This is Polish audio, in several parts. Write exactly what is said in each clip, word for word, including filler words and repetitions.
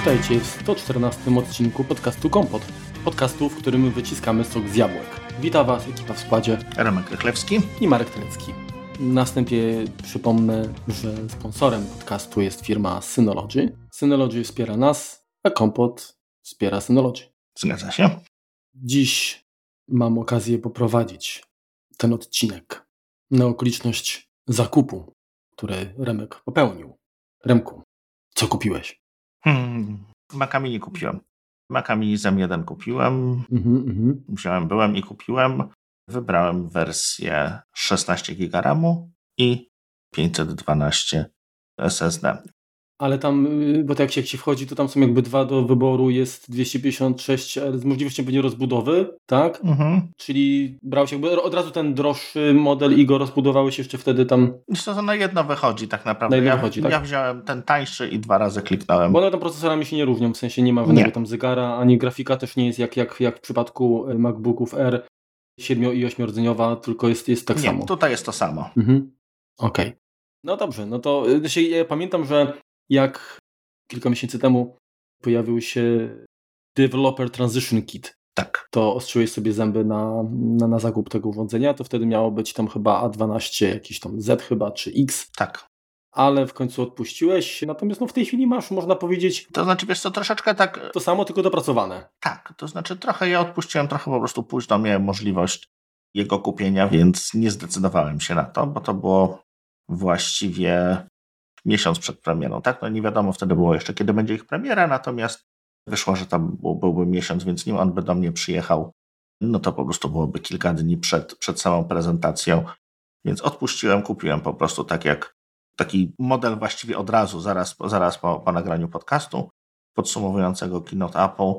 Witajcie w sto czternastym odcinku podcastu Kompot. Podcastu, w którym wyciskamy sok z jabłek. Wita Was ekipa w składzie Remek Rychlewski i Marek Telecki. Na wstępie przypomnę, że sponsorem podcastu jest firma Synology. Synology wspiera nas, a Kompot wspiera Synology. Zgadza się. Dziś mam okazję poprowadzić ten odcinek na okoliczność zakupu, który Remek popełnił. Remku, co kupiłeś? Hmm, Maca Mini kupiłem. Maca Mini Z M jeden kupiłem. Mhm, mhm. Wziąłem, byłem i kupiłem. Wybrałem wersję szesnaście giga ramu i pięćset dwanaście S S D. Ale tam, bo tak jak się wchodzi, to tam są jakby dwa do wyboru, jest dwieście pięćdziesiąt sześć, ale z możliwością pewnie rozbudowy, tak? Mhm. Czyli brałeś jakby od razu ten droższy model i go rozbudowałeś jeszcze wtedy tam... To, to na jedno wychodzi tak naprawdę. Na jedno ja, wychodzi, tak? ja wziąłem ten tańszy i dwa razy kliknąłem. Bo one tam procesorami się nie różnią, w sensie nie ma żadnego Nie. tam zegara, ani grafika też nie jest jak, jak, jak w przypadku MacBooków Air siedmiu- i ośmiordzeniowa, tylko jest, jest tak nie, samo. tutaj jest to samo. Mhm. Okej. Okay. No dobrze, no to znaczy, ja pamiętam, że jak kilka miesięcy temu pojawił się Developer Transition Kit, Tak. to ostrzyłeś sobie zęby na, na, na zakup tego urządzenia, to wtedy miało być tam chyba A dwanaście, jakiś tam Z chyba, czy X. Tak. Ale w końcu odpuściłeś, natomiast no w tej chwili masz, można powiedzieć... To znaczy, wiesz co, troszeczkę tak... To samo, tylko dopracowane. Tak, to znaczy trochę ja odpuściłem, trochę po prostu późno miałem możliwość jego kupienia, więc nie zdecydowałem się na to, bo to było właściwie miesiąc przed premierą, tak? No nie wiadomo wtedy było jeszcze, kiedy będzie ich premiera, natomiast wyszło, że to był, byłby miesiąc, więc nim on by do mnie przyjechał, no to po prostu byłoby kilka dni przed, przed samą prezentacją, więc odpuściłem, kupiłem po prostu tak jak taki model właściwie od razu, zaraz, zaraz po, po nagraniu podcastu podsumowującego keynote Apple.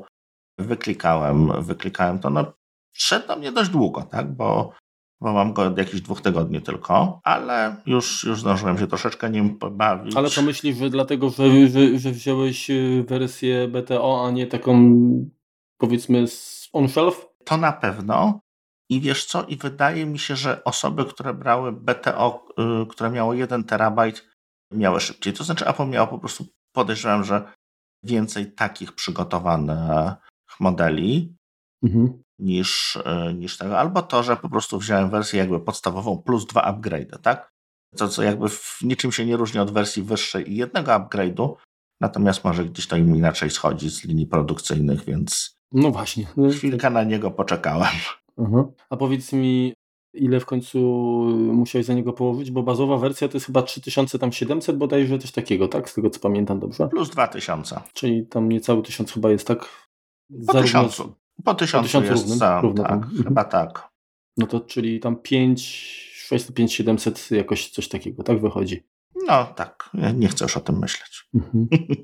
Wyklikałem, wyklikałem to, no szedł do mnie dość długo, tak, bo, bo mam go od jakichś dwóch tygodni tylko, ale już, już zdążyłem się troszeczkę nim pobawić. Ale to myślisz, że dlatego, że, że, że wziąłeś wersję B T O, a nie taką, powiedzmy, on-shelf? To na pewno. I wiesz co, i wydaje mi się, że osoby, które brały B T O, yy, które miało jeden terabajt, miały szybciej. To znaczy Apple miało po prostu, podejrzewam, że więcej takich przygotowanych modeli, mhm. niż, yy, niż tego. Albo to, że po prostu wziąłem wersję jakby podstawową plus dwa upgrade'y, tak? To co jakby w niczym się nie różni od wersji wyższej i jednego upgrade'u, natomiast może gdzieś to im inaczej schodzi z linii produkcyjnych, więc no właśnie. Chwilkę na niego poczekałem. Uh-huh. A powiedz mi, ile w końcu musiałeś za niego położyć, bo bazowa wersja to jest chyba trzy tysiące siedemset bodajże, coś takiego, tak? Z tego co pamiętam dobrze? Plus dwa tysiące. Czyli tam niecały tysiąc chyba jest, tak? Po Zarówno... tysiącu. Po tysiącu, po tysiącu jest równym, sam, równo, tak, tam. Chyba tak. No to czyli tam pięć sześćset, pięć siedemset jakoś coś takiego, tak wychodzi? No tak, ja nie chcę już o tym myśleć. Mhm.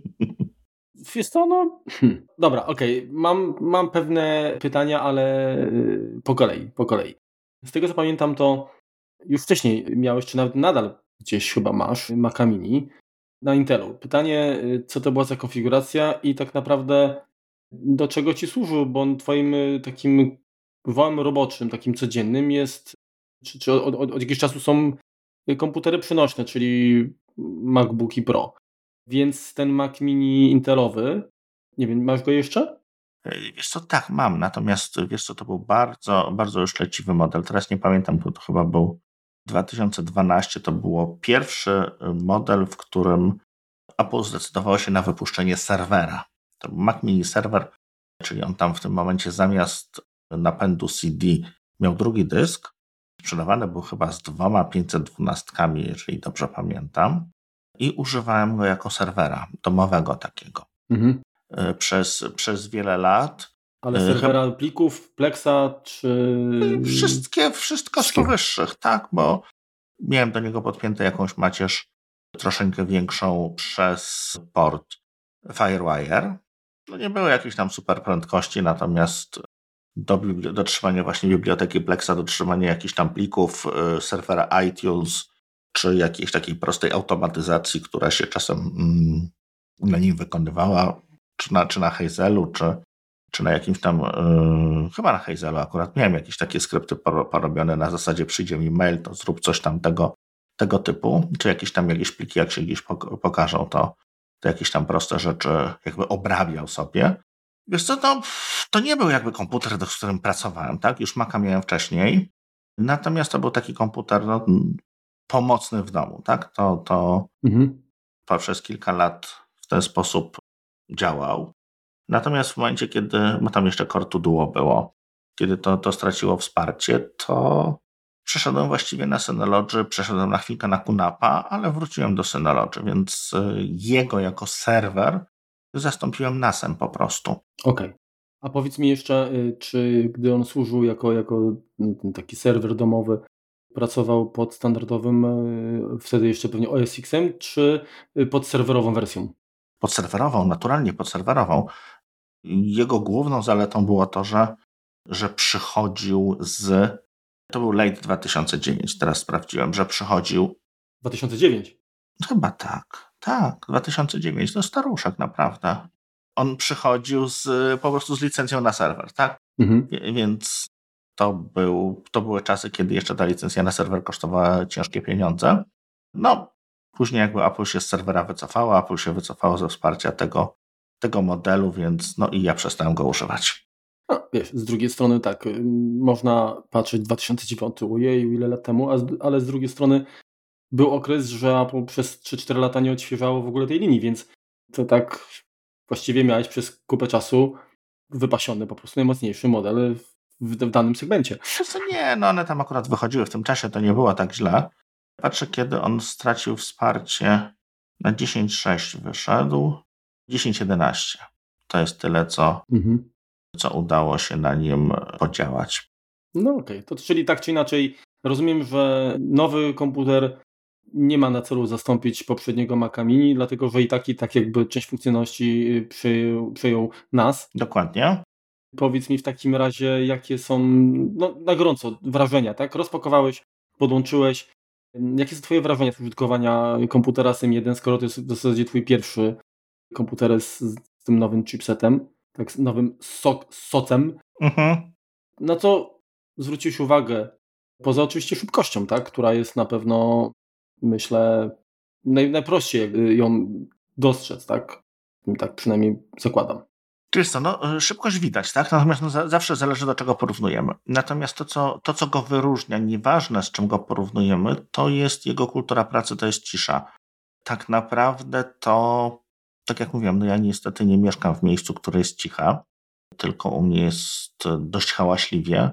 Wiesz co, no... Hm. Dobra, okej, okay. mam, mam pewne pytania, ale yy, po kolei, po kolei. Z tego co pamiętam, to już wcześniej miałeś, czy nawet nadal gdzieś chyba masz Maca Mini na Intelu. Pytanie, co to była za konfiguracja i tak naprawdę do czego ci służył, bo on twoim takim wołem roboczym, takim codziennym jest, czy, czy od, od, od jakiegoś czasu są komputery przynośne, czyli MacBooki Pro. Więc ten Mac Mini intelowy, nie wiem, masz go jeszcze? Wiesz co, tak, mam, natomiast wiesz co, to był bardzo, bardzo już leciwy model, teraz nie pamiętam, to, to chyba był dwa tysiące dwunasty, to było pierwszy model, w którym Apple zdecydowało się na wypuszczenie serwera. To był Mac Mini Server, czyli on tam w tym momencie zamiast napędu C D miał drugi dysk, sprzedawany był chyba z dwoma pięćset dwunastkami, jeżeli dobrze pamiętam. I używałem go jako serwera domowego takiego mhm. przez, przez wiele lat. Ale serwera Chyba... plików, Plexa czy... Wszystkie, wszystko z powyższych, tak, bo miałem do niego podpiętą jakąś macierz troszeczkę większą przez port FireWire. No nie było jakiejś tam super prędkości, natomiast do, bibli- do trzymania właśnie biblioteki Plexa, do trzymania jakichś tam plików, serwera iTunes, czy jakiejś takiej prostej automatyzacji, która się czasem mm, na nim wykonywała, czy na, czy na Hazelu, czy, czy na jakimś tam, yy, chyba na Hazelu akurat, miałem jakieś takie skrypty porobione na zasadzie przyjdzie mi mail, to zrób coś tam tego, tego typu, czy jakieś tam jakieś pliki, jak się gdzieś pokażą, to, to jakieś tam proste rzeczy jakby obrabiał sobie. Wiesz co, to, to nie był jakby komputer, z którym pracowałem, tak? Już Maca miałem wcześniej, natomiast to był taki komputer no, pomocny w domu, tak? To, to Mhm. przez kilka lat w ten sposób działał. Natomiast w momencie, kiedy, bo tam jeszcze Core to Duo było, kiedy to, to straciło wsparcie, to przeszedłem właściwie na Synology, przeszedłem na chwilkę na Kunapa, ale wróciłem do Synology, więc jego jako serwer zastąpiłem nasem po prostu. Okej. Okay. A powiedz mi jeszcze, czy gdy on służył jako, jako taki serwer domowy, pracował pod standardowym, wtedy jeszcze pewnie O S X-em, czy pod serwerową wersją? Pod serwerową, naturalnie pod serwerową. Jego główną zaletą było to, że, że przychodził z... To był late dwa tysiące dziewiąty, teraz sprawdziłem, że przychodził... dwa tysiące dziewiąty? Chyba tak, tak, dwa tysiące dziewiąty, to staruszek naprawdę. On przychodził z, po prostu z licencją na serwer, tak? Mhm. Więc to, był, to były czasy, kiedy jeszcze ta licencja na serwer kosztowała ciężkie pieniądze. No, później jakby Apple się z serwera wycofało, Apple się wycofało ze wsparcia tego, tego modelu, więc no i ja przestałem go używać. No, wiesz, z drugiej strony tak, można patrzeć dwa tysiące dziewiąty, ojej, ile lat temu, ale z drugiej strony był okres, że Apple przez trzy cztery lata nie odświeżało w ogóle tej linii, więc to tak właściwie miałeś przez kupę czasu wypasiony po prostu najmocniejszy model w, w danym segmencie. To nie, no one tam akurat wychodziły w tym czasie, to nie było tak źle. Patrzę, kiedy on stracił wsparcie na dziesięć sześć wyszedł, dziesięć jedenaście. To jest tyle, co, mhm. co udało się na nim podziałać. No okej, okay. To czyli tak czy inaczej rozumiem, że nowy komputer nie ma na celu zastąpić poprzedniego Maca Mini, dlatego że i tak, i tak jakby część funkcjonalności przyjął, przyjął nas. Dokładnie. Powiedz mi w takim razie, jakie są no, na gorąco wrażenia, tak? Rozpakowałeś, podłączyłeś. Jakie są twoje wrażenia z użytkowania komputera S Y M jeden, skoro to jest w zasadzie twój pierwszy komputer z, z tym nowym chipsetem, tak, z nowym so, socem? Mhm. Na co zwróciłeś uwagę? Poza oczywiście szybkością, tak? Która jest na pewno, myślę, naj, najprościej ją dostrzec, tak? Tak przynajmniej zakładam. Wiesz co, no, szybkość widać, tak? Natomiast no, za, zawsze zależy, do czego porównujemy. Natomiast to co, to, co go wyróżnia, nieważne z czym go porównujemy, to jest jego kultura pracy, to jest cisza. Tak naprawdę to, tak jak mówiłem, no ja niestety nie mieszkam w miejscu, które jest cicha, tylko u mnie jest dość hałaśliwie,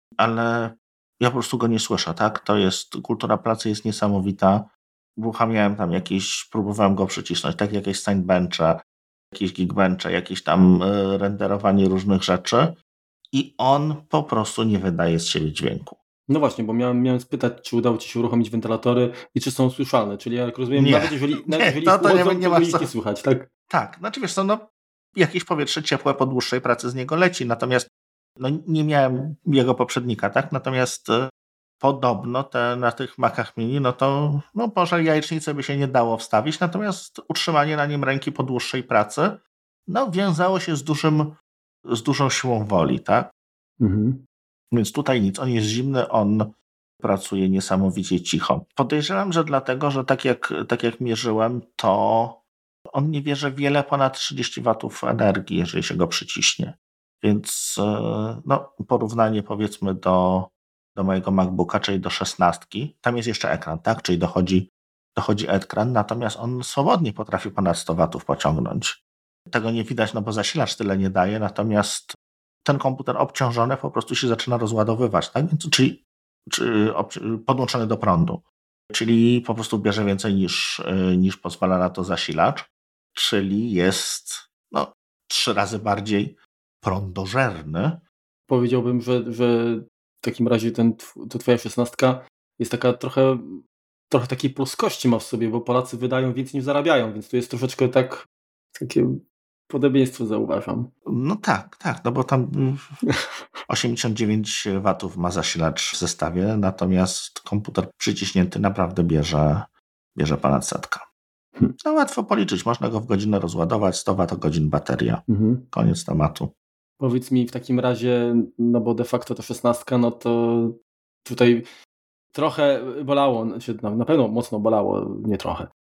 ale ja po prostu go nie słyszę, tak? To jest, kultura pracy jest niesamowita. Uruchamiałem tam jakieś, próbowałem go przycisnąć, tak? Jakieś Signbenche, jakieś Geekbenche, jakieś tam renderowanie różnych rzeczy i on po prostu nie wydaje z siebie dźwięku. No właśnie, bo miałem, miałem spytać, czy udało ci się uruchomić wentylatory i czy są słyszalne, czyli jak rozumiem, nie, nawet jeżeli, nie, nawet jeżeli to, to chłodzą, nie, nie to ma ich co. nie słychać, tak? Tak, znaczy wiesz co, no jakieś powietrze ciepłe po dłuższej pracy z niego leci, natomiast no, nie miałem jego poprzednika, tak? Natomiast y, podobno te, na tych Macach Mini, no to no może jajecznicę by się nie dało wstawić, natomiast utrzymanie na nim ręki po dłuższej pracy no wiązało się z dużym, z dużą siłą woli, tak? Mhm. Więc tutaj nic, on jest zimny, on pracuje niesamowicie cicho. Podejrzewam, że dlatego, że tak jak, tak jak mierzyłem, to on nie bierze wiele ponad trzydzieści watów energii, jeżeli się go przyciśnie. Więc no, porównanie powiedzmy do, do mojego MacBooka, czyli do szesnastki, tam jest jeszcze ekran, tak? Czyli dochodzi, dochodzi ekran, natomiast on swobodnie potrafi ponad sto watów pociągnąć. Tego nie widać, no bo zasilacz tyle nie daje, natomiast ten komputer obciążony po prostu się zaczyna rozładowywać, tak? Czyli, czy podłączony do prądu. Czyli po prostu bierze więcej niż, niż pozwala na to zasilacz, czyli jest no, trzy razy bardziej prądożerny. Powiedziałbym, że, że w takim razie ten, to twoja szesnastka jest taka trochę, trochę takiej płaskości ma w sobie, bo Polacy wydają więcej niż zarabiają, więc to jest troszeczkę tak takie podobieństwo zauważam. No tak, tak, no bo tam osiemdziesiąt dziewięć watów ma zasilacz w zestawie, natomiast komputer przyciśnięty naprawdę bierze, bierze ponad setka. Hmm. No łatwo policzyć, można go w godzinę rozładować, sto wattgodzin bateria. Mhm. Koniec tematu. Powiedz mi w takim razie, no bo de facto to szesnastka, no to tutaj trochę bolało, na pewno mocno bolało, nie trochę.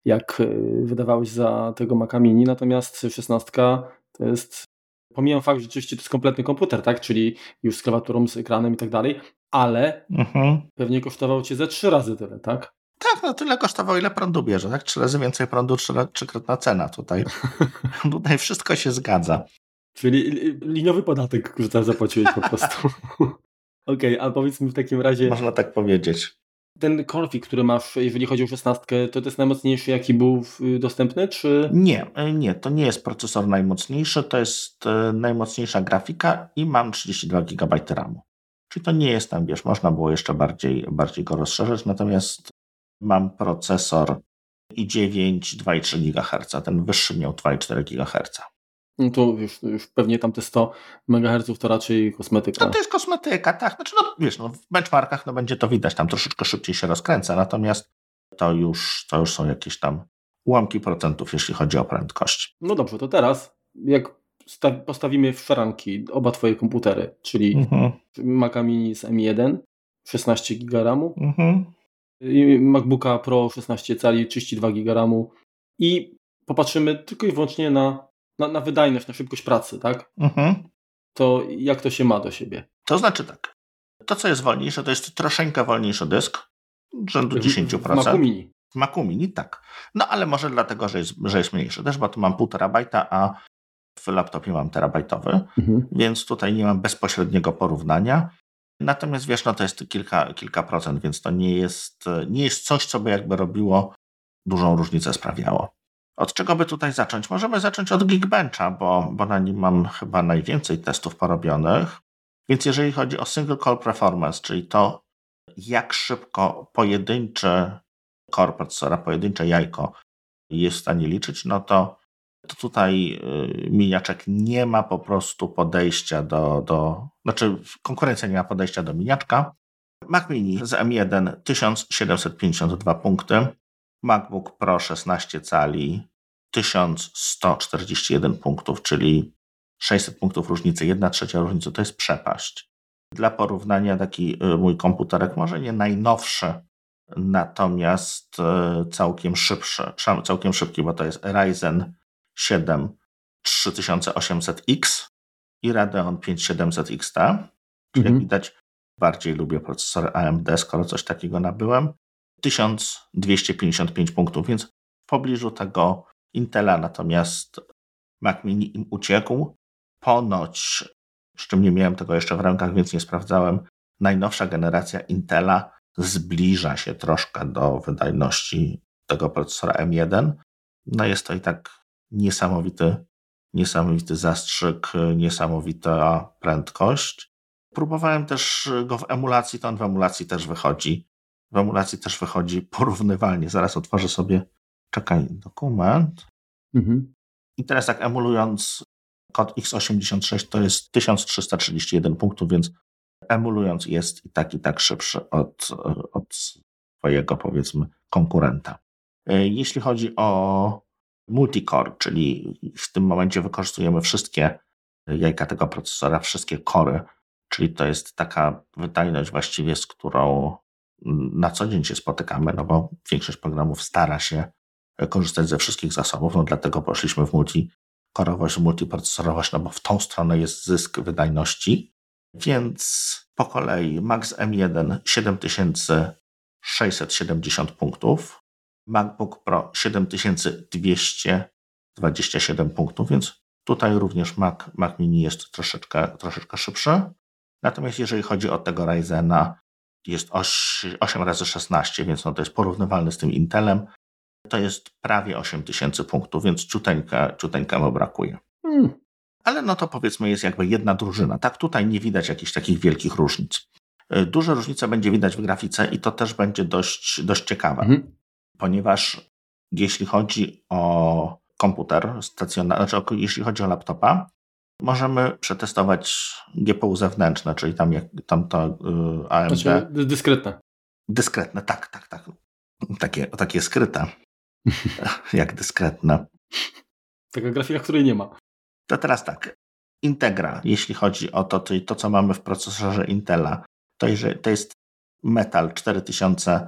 jak wydawałeś za tego Maca Mini, natomiast szesnastka to jest, pomijam fakt, że rzeczywiście to jest kompletny komputer, tak, czyli już z klawiaturą, z ekranem i tak dalej, ale mhm. pewnie kosztował cię ze trzy razy tyle, tak? Tak, no tyle kosztował, ile prądu bierze, tak? Trzy razy więcej prądu, trzy, trzykrotna cena tutaj. Tutaj wszystko się zgadza. Czyli liniowy podatek, że tam zapłaciłeś po prostu. Okej, okay, a powiedz mi w takim razie... Można tak powiedzieć. Ten Corfix, który masz, jeżeli chodzi o szesnastkę, to to jest najmocniejszy, jaki był dostępny, czy... Nie, nie, to nie jest procesor najmocniejszy, to jest najmocniejsza grafika i mam trzydzieści dwa gigabajty ramu. Czyli to nie jest tam, wiesz, można było jeszcze bardziej, bardziej go rozszerzyć, natomiast mam procesor i dziewięć, dwa i trzy gigaherca, ten wyższy miał dwa i cztery gigaherca. No to już, już pewnie tam te sto megaherców to raczej kosmetyka. No to jest kosmetyka, tak. Znaczy, no wiesz, no, w benchmarkach no, będzie to widać, tam troszeczkę szybciej się rozkręca, natomiast to już, to już są jakieś tam ułamki procentów, jeśli chodzi o prędkość. No dobrze, to teraz jak postawimy w szranki oba twoje komputery, czyli mhm. Maca Mini z M jeden, szesnaście giga ramu mhm. i MacBooka Pro szesnaście cali, trzydzieści dwa giga ramu i popatrzymy tylko i wyłącznie na Na, na wydajność, na szybkość pracy, tak? Mhm. To jak to się ma do siebie? To znaczy tak, to co jest wolniejsze, to jest troszeczkę wolniejszy dysk, rzędu dziesięć procent. W Macu Mini. W Macu Mini, tak. No ale może dlatego, że jest, że jest mniejszy też, bo tu mam pół terabajta, a w laptopie mam terabajtowy, mhm. więc tutaj nie mam bezpośredniego porównania. Natomiast wiesz, no to jest kilka, kilka procent, więc to nie jest, nie jest coś, co by jakby robiło dużą różnicę, sprawiało. Od czego by tutaj zacząć? Możemy zacząć od Geekbencha, bo, bo na nim mam chyba najwięcej testów porobionych. Więc jeżeli chodzi o single core performance, czyli to, jak szybko pojedynczy core procesora, pojedyncze jajko jest w stanie liczyć, no to, to tutaj miniaczek nie ma po prostu podejścia do, do... Znaczy konkurencja nie ma podejścia do miniaczka. Mac Mini z M jeden tysiąc siedemset pięćdziesiąt dwa punkty. MacBook Pro szesnaście cali tysiąc sto czterdzieści jeden punktów, czyli sześćset punktów różnicy, jedna trzecia różnicy, to jest przepaść. Dla porównania taki mój komputerek, może nie najnowszy, natomiast całkiem szybszy, całkiem szybki, bo to jest Ryzen siedem trzy tysiące osiemset X i Radeon pięć tysiące siedemset X T. Czyli mhm. jak widać, bardziej lubię procesory A M D, skoro coś takiego nabyłem. tysiąc dwieście pięćdziesiąt pięć punktów, więc w pobliżu tego Intela, natomiast Mac Mini im uciekł. Ponoć, z czym nie miałem tego jeszcze w rękach, więc nie sprawdzałem, najnowsza generacja Intela zbliża się troszkę do wydajności tego procesora M jeden. No jest to i tak niesamowity, niesamowity zastrzyk, niesamowita prędkość. Próbowałem też go w emulacji, to on w emulacji też wychodzi. W emulacji też wychodzi porównywalnie. Zaraz otworzę sobie, czekaj, dokument. Mhm. I teraz tak emulując kod X osiemdziesiąt sześć to jest tysiąc trzysta trzydzieści jeden punktów, więc emulując jest i tak i tak szybszy od, od swojego, powiedzmy, konkurenta. Jeśli chodzi o multicore, czyli w tym momencie wykorzystujemy wszystkie jajka tego procesora, wszystkie kory, czyli to jest taka wydajność właściwie, z którą na co dzień się spotykamy, no bo większość programów stara się korzystać ze wszystkich zasobów, no dlatego poszliśmy w multikorowość, multiprocesorowość, no bo w tą stronę jest zysk wydajności. Więc po kolei Mac M jeden siedem tysięcy sześćset siedemdziesiąt punktów, MacBook Pro siedem tysięcy dwieście dwadzieścia siedem punktów, więc tutaj również Mac, Mac Mini jest troszeczkę, troszeczkę szybszy. Natomiast jeżeli chodzi o tego Ryzena, jest osiem razy szesnaście, więc no to jest porównywalny z tym Intelem. To jest prawie osiem tysięcy punktów, więc ciuteńka, ciuteńka mu brakuje. Hmm. Ale no to powiedzmy jest jakby jedna drużyna. Tak, tutaj nie widać jakichś takich wielkich różnic. Duże różnice będzie widać w grafice i to też będzie dość, dość ciekawe, mhm. ponieważ jeśli chodzi o komputer stacjonarny, znaczy jeśli chodzi o laptopa, możemy przetestować G P U zewnętrzne, czyli tam, jak, tam to yy, A M D. Znaczy dyskretne. Dyskretne, tak, tak, tak. Takie, takie skryte, jak dyskretne. Taka grafika, której nie ma. To teraz tak. Integra, jeśli chodzi o to, czyli to, co mamy w procesorze Intela, to, to jest Metal cztery tysiące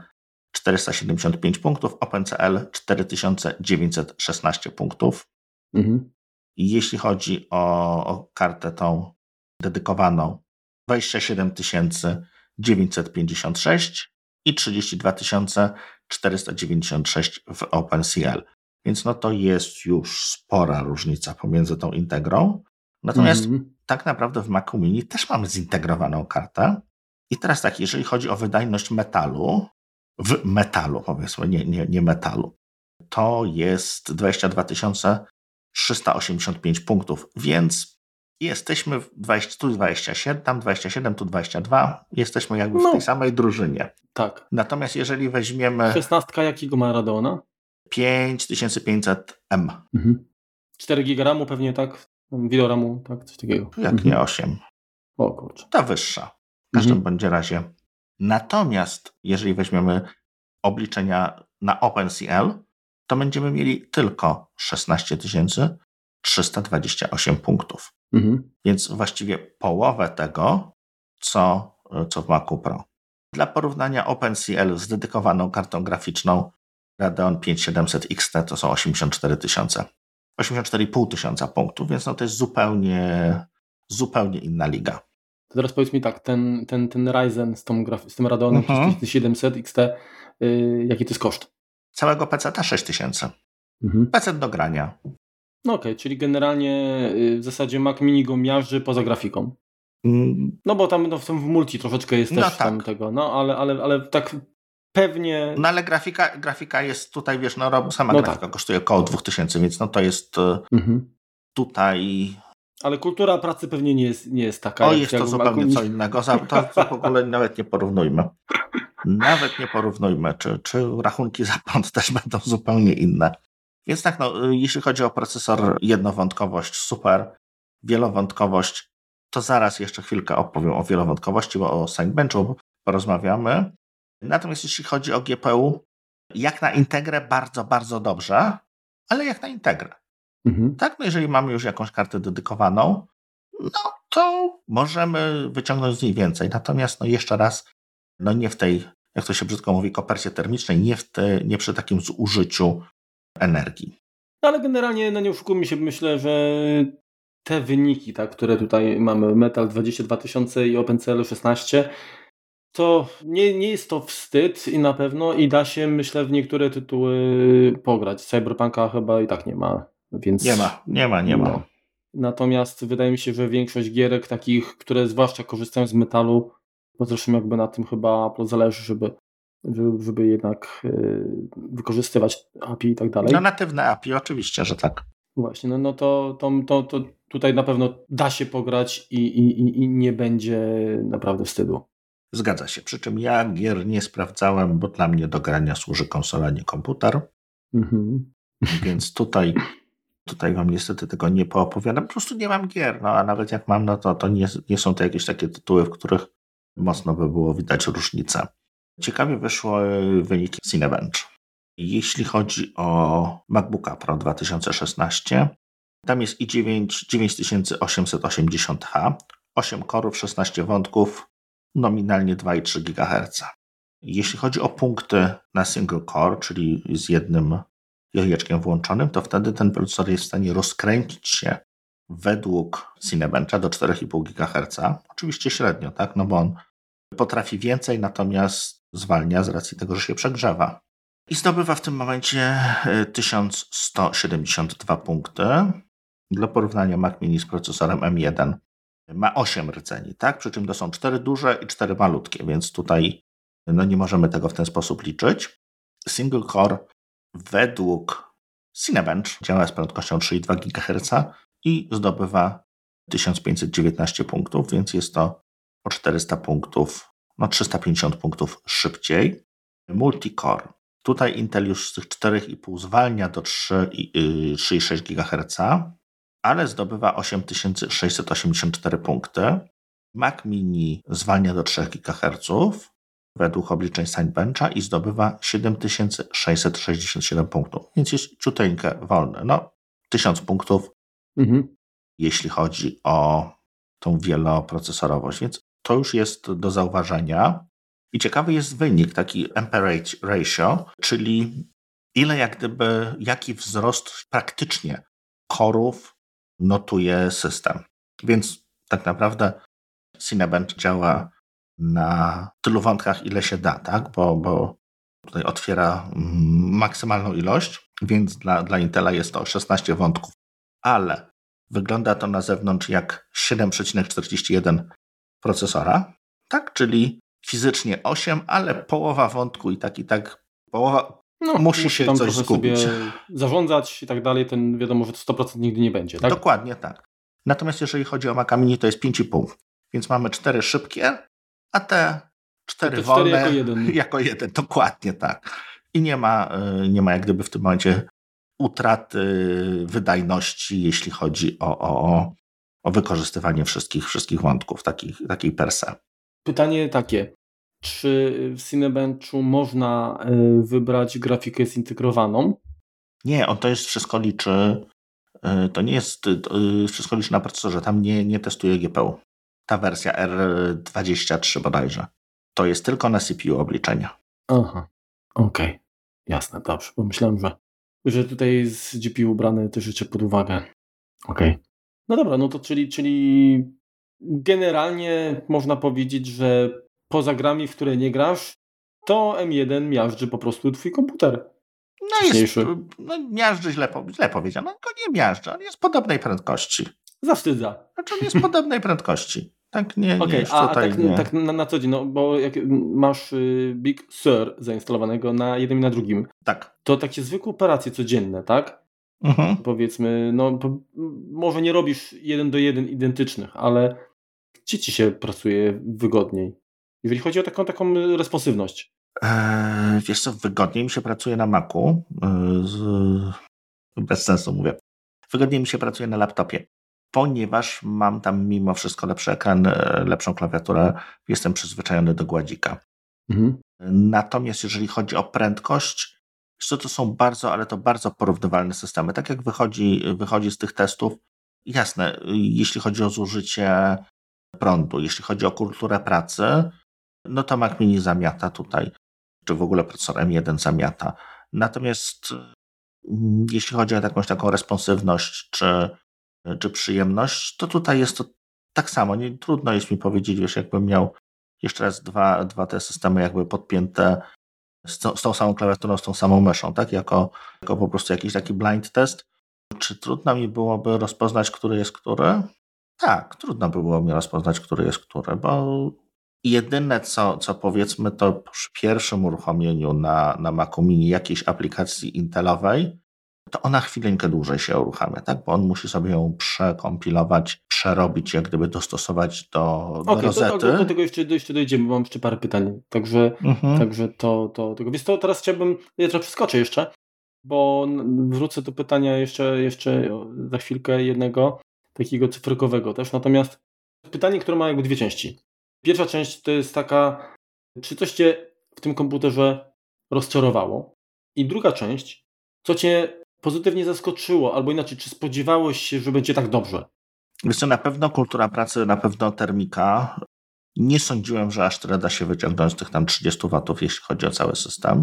czterysta siedemdziesiąt pięć punktów, OpenCL cztery tysiące dziewięćset szesnaście punktów. Mhm. I jeśli chodzi o, o kartę tą dedykowaną, dwadzieścia siedem tysięcy dziewięćset pięćdziesiąt sześć i trzydzieści dwa tysiące czterysta dziewięćdziesiąt sześć w OpenCL. Więc no to jest już spora różnica pomiędzy tą integrą. Natomiast Mhm. tak naprawdę w Macu Mini też mamy zintegrowaną kartę. I teraz tak, jeżeli chodzi o wydajność metalu, w metalu powiedzmy, nie, nie, nie metalu, to jest dwadzieścia dwa tysiące trzysta osiemdziesiąt pięć punktów, więc jesteśmy w dwadzieścia, tu dwadzieścia siedem, tam dwadzieścia siedem, tu dwadzieścia dwa, jesteśmy jakby w No. tej samej drużynie. Tak. Natomiast jeżeli weźmiemy szesnastka jakiego ma Radeona? pięć tysięcy pięćset M, Mhm. cztery giga ramu pewnie, tak? Widoramu, tak? Coś takiego. jak Mhm. nie osiem, O kurczę. ta wyższa. W każdym Mhm. bądź razie. Natomiast jeżeli weźmiemy obliczenia na OpenCL, to będziemy mieli tylko szesnaście tysięcy trzysta dwadzieścia osiem punktów. Mhm. Więc właściwie połowę tego, co, co w Macu Pro. Dla porównania OpenCL z dedykowaną kartą graficzną Radeon pięć tysiące siedemset X T to są osiemdziesiąt cztery tysiące. osiemdziesiąt cztery i pół tysiąca punktów, więc no to jest zupełnie, zupełnie inna liga. To teraz powiedz mi tak, ten, ten, ten Ryzen z, tą graf- z tym Radeonem Mhm. tysiąc siedemset X T, yy, jaki to jest koszt? Całego peceta sześć tysięcy. Mhm. Pecet do grania. No okej, okay, czyli generalnie yy, w zasadzie Mac Mini go miażdży poza grafiką. Mm, No bo tam no, w tym w multi troszeczkę jest No też tak. tam tego, no ale, ale, ale tak pewnie... No ale grafika, grafika jest tutaj, wiesz, no rob- sama No grafika tak. kosztuje około dwa tysiące, więc no to jest e, Mhm. tutaj... Ale kultura pracy pewnie nie jest, nie jest taka. O, jak- jest jak to w zupełnie Macu co Mini. innego. Za- To, to w ogóle nawet nie porównujmy. Nawet nie porównujmy, czy, czy rachunki za prąd też będą zupełnie inne. Więc tak, no, jeśli chodzi o procesor, jednowątkowość, super, wielowątkowość, to zaraz jeszcze chwilkę opowiem o wielowątkowości, bo o Cinebenchu porozmawiamy. Natomiast jeśli chodzi o G P U, jak na Integrę bardzo, bardzo dobrze, ale jak na Integrę. Mhm. Tak, no jeżeli mamy już jakąś kartę dedykowaną, no to możemy wyciągnąć z niej więcej. Natomiast no jeszcze raz, no nie w tej, jak to się brzydko mówi, kopercie termicznej, nie, w te, nie przy takim zużyciu energii. No, ale generalnie, no nie oszukujmy się, myślę, że te wyniki, tak, które tutaj mamy, Metal dwadzieścia dwa tysiące i OpenCL szesnaście, to nie, nie jest to wstyd i na pewno i da się, myślę, w niektóre tytuły pograć. Cyberpunka chyba i tak nie ma, więc... Nie ma, nie ma, nie ma. No. Natomiast wydaje mi się, że większość gierek takich, które zwłaszcza korzystają z metalu, bo zresztą jakby na tym chyba Apple zależy, żeby, żeby, żeby jednak yy, wykorzystywać A P I i tak dalej. No natywne A P I oczywiście, że tak. Właśnie, no, no to, to, to, to tutaj na pewno da się pograć i, i, i- i nie będzie naprawdę wstydu. Zgadza się. Przy czym ja gier nie sprawdzałem, bo dla mnie do grania służy konsola, nie komputer. Mhm. Więc tutaj, tutaj wam niestety tego nie poopowiadam. Po prostu nie mam gier. No a nawet jak mam, no to, to nie, nie są to jakieś takie tytuły, w których mocno by było widać różnicę. Ciekawie wyszły wyniki Cinebench. Jeśli chodzi o MacBooka Pro dwa tysiące szesnaście, tam jest i dziewięć tysięcy osiemset osiemdziesiąt H, osiem korów, szesnaście wątków, nominalnie dwa i trzy gigaherca. Jeśli chodzi o punkty na single core, czyli z jednym jajeczkiem włączonym, to wtedy ten procesor jest w stanie rozkręcić się według Cinebencha do cztery i pół gigaherca. Oczywiście średnio, tak? No bo on potrafi więcej, natomiast zwalnia z racji tego, że się przegrzewa. I zdobywa w tym momencie tysiąc sto siedemdziesiąt dwa punkty. Dla porównania Mac Mini z procesorem M jeden ma osiem rdzeni, tak? Przy czym to są cztery duże i cztery malutkie, więc tutaj no nie możemy tego w ten sposób liczyć. Single core według Cinebench działa z prędkością trzy i dwa gigaherca i zdobywa tysiąc pięćset dziewiętnaście punktów, więc jest to o czterysta punktów, no trzysta pięćdziesiąt punktów szybciej. Multicore. Tutaj Intel już z tych cztery i pół zwalnia do trzy i sześć gigaherca, ale zdobywa osiem tysięcy sześćset osiemdziesiąt cztery punkty. Mac Mini zwalnia do trzy gigaherców według obliczeń Cinebencha i zdobywa siedem tysięcy sześćset sześćdziesiąt siedem punktów, więc jest ciuteńkę wolne. No, tysiąc punktów, Mhm. jeśli chodzi o tą wieloprocesorowość, więc to już jest do zauważenia. I ciekawy jest wynik, taki M P ratio, czyli ile jak gdyby, jaki wzrost praktycznie korów notuje system. Więc tak naprawdę Cinebench działa na tylu wątkach, ile się da, tak? Bo, bo tutaj otwiera maksymalną ilość, więc dla, dla Intela jest to szesnaście wątków, ale wygląda to na zewnątrz jak siedem przecinek czterdzieści jeden procesora, tak? Czyli fizycznie osiem, ale połowa wątku i tak i tak połowa no, musi, musi się tam coś zgubić. Sobie zarządzać i tak dalej, ten wiadomo, że to sto procent nigdy nie będzie, tak? Dokładnie tak. Natomiast jeżeli chodzi o Maca Mini, to jest pięć i pół. Więc mamy cztery szybkie, a te cztery te wolne jako jeden. jako jeden. Dokładnie tak. I nie ma, nie ma jak gdyby w tym momencie utraty wydajności, jeśli chodzi o, o, o wykorzystywanie wszystkich, wszystkich wątków, takich, takich per se. Pytanie takie. Czy w Cinebenchu można wybrać grafikę zintegrowaną? Nie, on to jest wszystko liczy. To nie jest to wszystko liczy na procesorze. Tam nie, nie testuje G P U. Ta wersja R dwadzieścia trzy bodajże. To jest tylko na C P U obliczenia. Aha, okej. Okay. Jasne, dobrze. Bo myślałem, że, że tutaj jest G P U brane te rzeczy pod uwagę. Okej. Okay. No dobra, no to czyli, czyli generalnie można powiedzieć, że poza grami, w które nie grasz, to M jeden miażdży po prostu twój komputer. No jest, no miażdży źle, źle powiedziano, tylko nie miażdży, on jest podobnej prędkości. Zawstydza. Znaczy on jest podobnej prędkości. Tak, nie, nie okay, już a, tutaj a tak, nie. tak na, na co dzień, no bo jak masz y, Big Sur zainstalowanego na jednym i na drugim, tak. to takie zwykłe operacje codzienne, tak? Mhm. Powiedzmy, no po, może nie robisz jeden do jeden identycznych, ale gdzie ci się pracuje wygodniej? Jeżeli chodzi o taką, taką responsywność. Eee, wiesz co, wygodniej mi się pracuje na Macu. Eee, z... Bez sensu mówię. Wygodniej mi się pracuje na laptopie, ponieważ mam tam mimo wszystko lepszy ekran, lepszą klawiaturę. Jestem przyzwyczajony do gładzika. Mhm. Natomiast jeżeli chodzi o prędkość, to, to są bardzo, ale to bardzo porównywalne systemy. Tak jak wychodzi, wychodzi z tych testów, jasne, jeśli chodzi o zużycie prądu, jeśli chodzi o kulturę pracy, no to Mac Mini zamiata tutaj, czy w ogóle procesor M jeden zamiata. Natomiast jeśli chodzi o jakąś taką responsywność, czy, czy przyjemność, to tutaj jest to tak samo. Nie, trudno jest mi powiedzieć, wiesz, jakbym miał jeszcze raz dwa, dwa te systemy jakby podpięte z, to, z tą samą klawiaturą, z tą samą myszą, tak? Jako, jako po prostu jakiś taki blind test. Czy trudno mi byłoby rozpoznać, który jest który? Tak, trudno by było mi rozpoznać, który jest który, bo jedyne, co, co powiedzmy, to przy pierwszym uruchomieniu na, na Macu Mini jakiejś aplikacji intelowej, to ona chwileńkę dłużej się uruchamia, tak? Bo on musi sobie ją przekompilować, przerobić, jak gdyby dostosować do, do okay, rozety. Do, do, do tego jeszcze, do, jeszcze dojdziemy, mam jeszcze parę pytań. Także, mhm. także to, to tego. Więc to teraz chciałbym, ja trochę przeskoczę jeszcze, bo wrócę do pytania jeszcze, jeszcze za chwilkę jednego takiego cyfrykowego też. Natomiast pytanie, które ma jakby dwie części. Pierwsza część to jest taka, czy coś cię w tym komputerze rozczarowało? I druga część, co cię pozytywnie zaskoczyło, albo inaczej, czy spodziewałeś się, że będzie tak dobrze? Wiesz co, na pewno kultura pracy, na pewno termika. Nie sądziłem, że aż tyle da się wyciągnąć z tych tam trzydzieści watów, jeśli chodzi o cały system.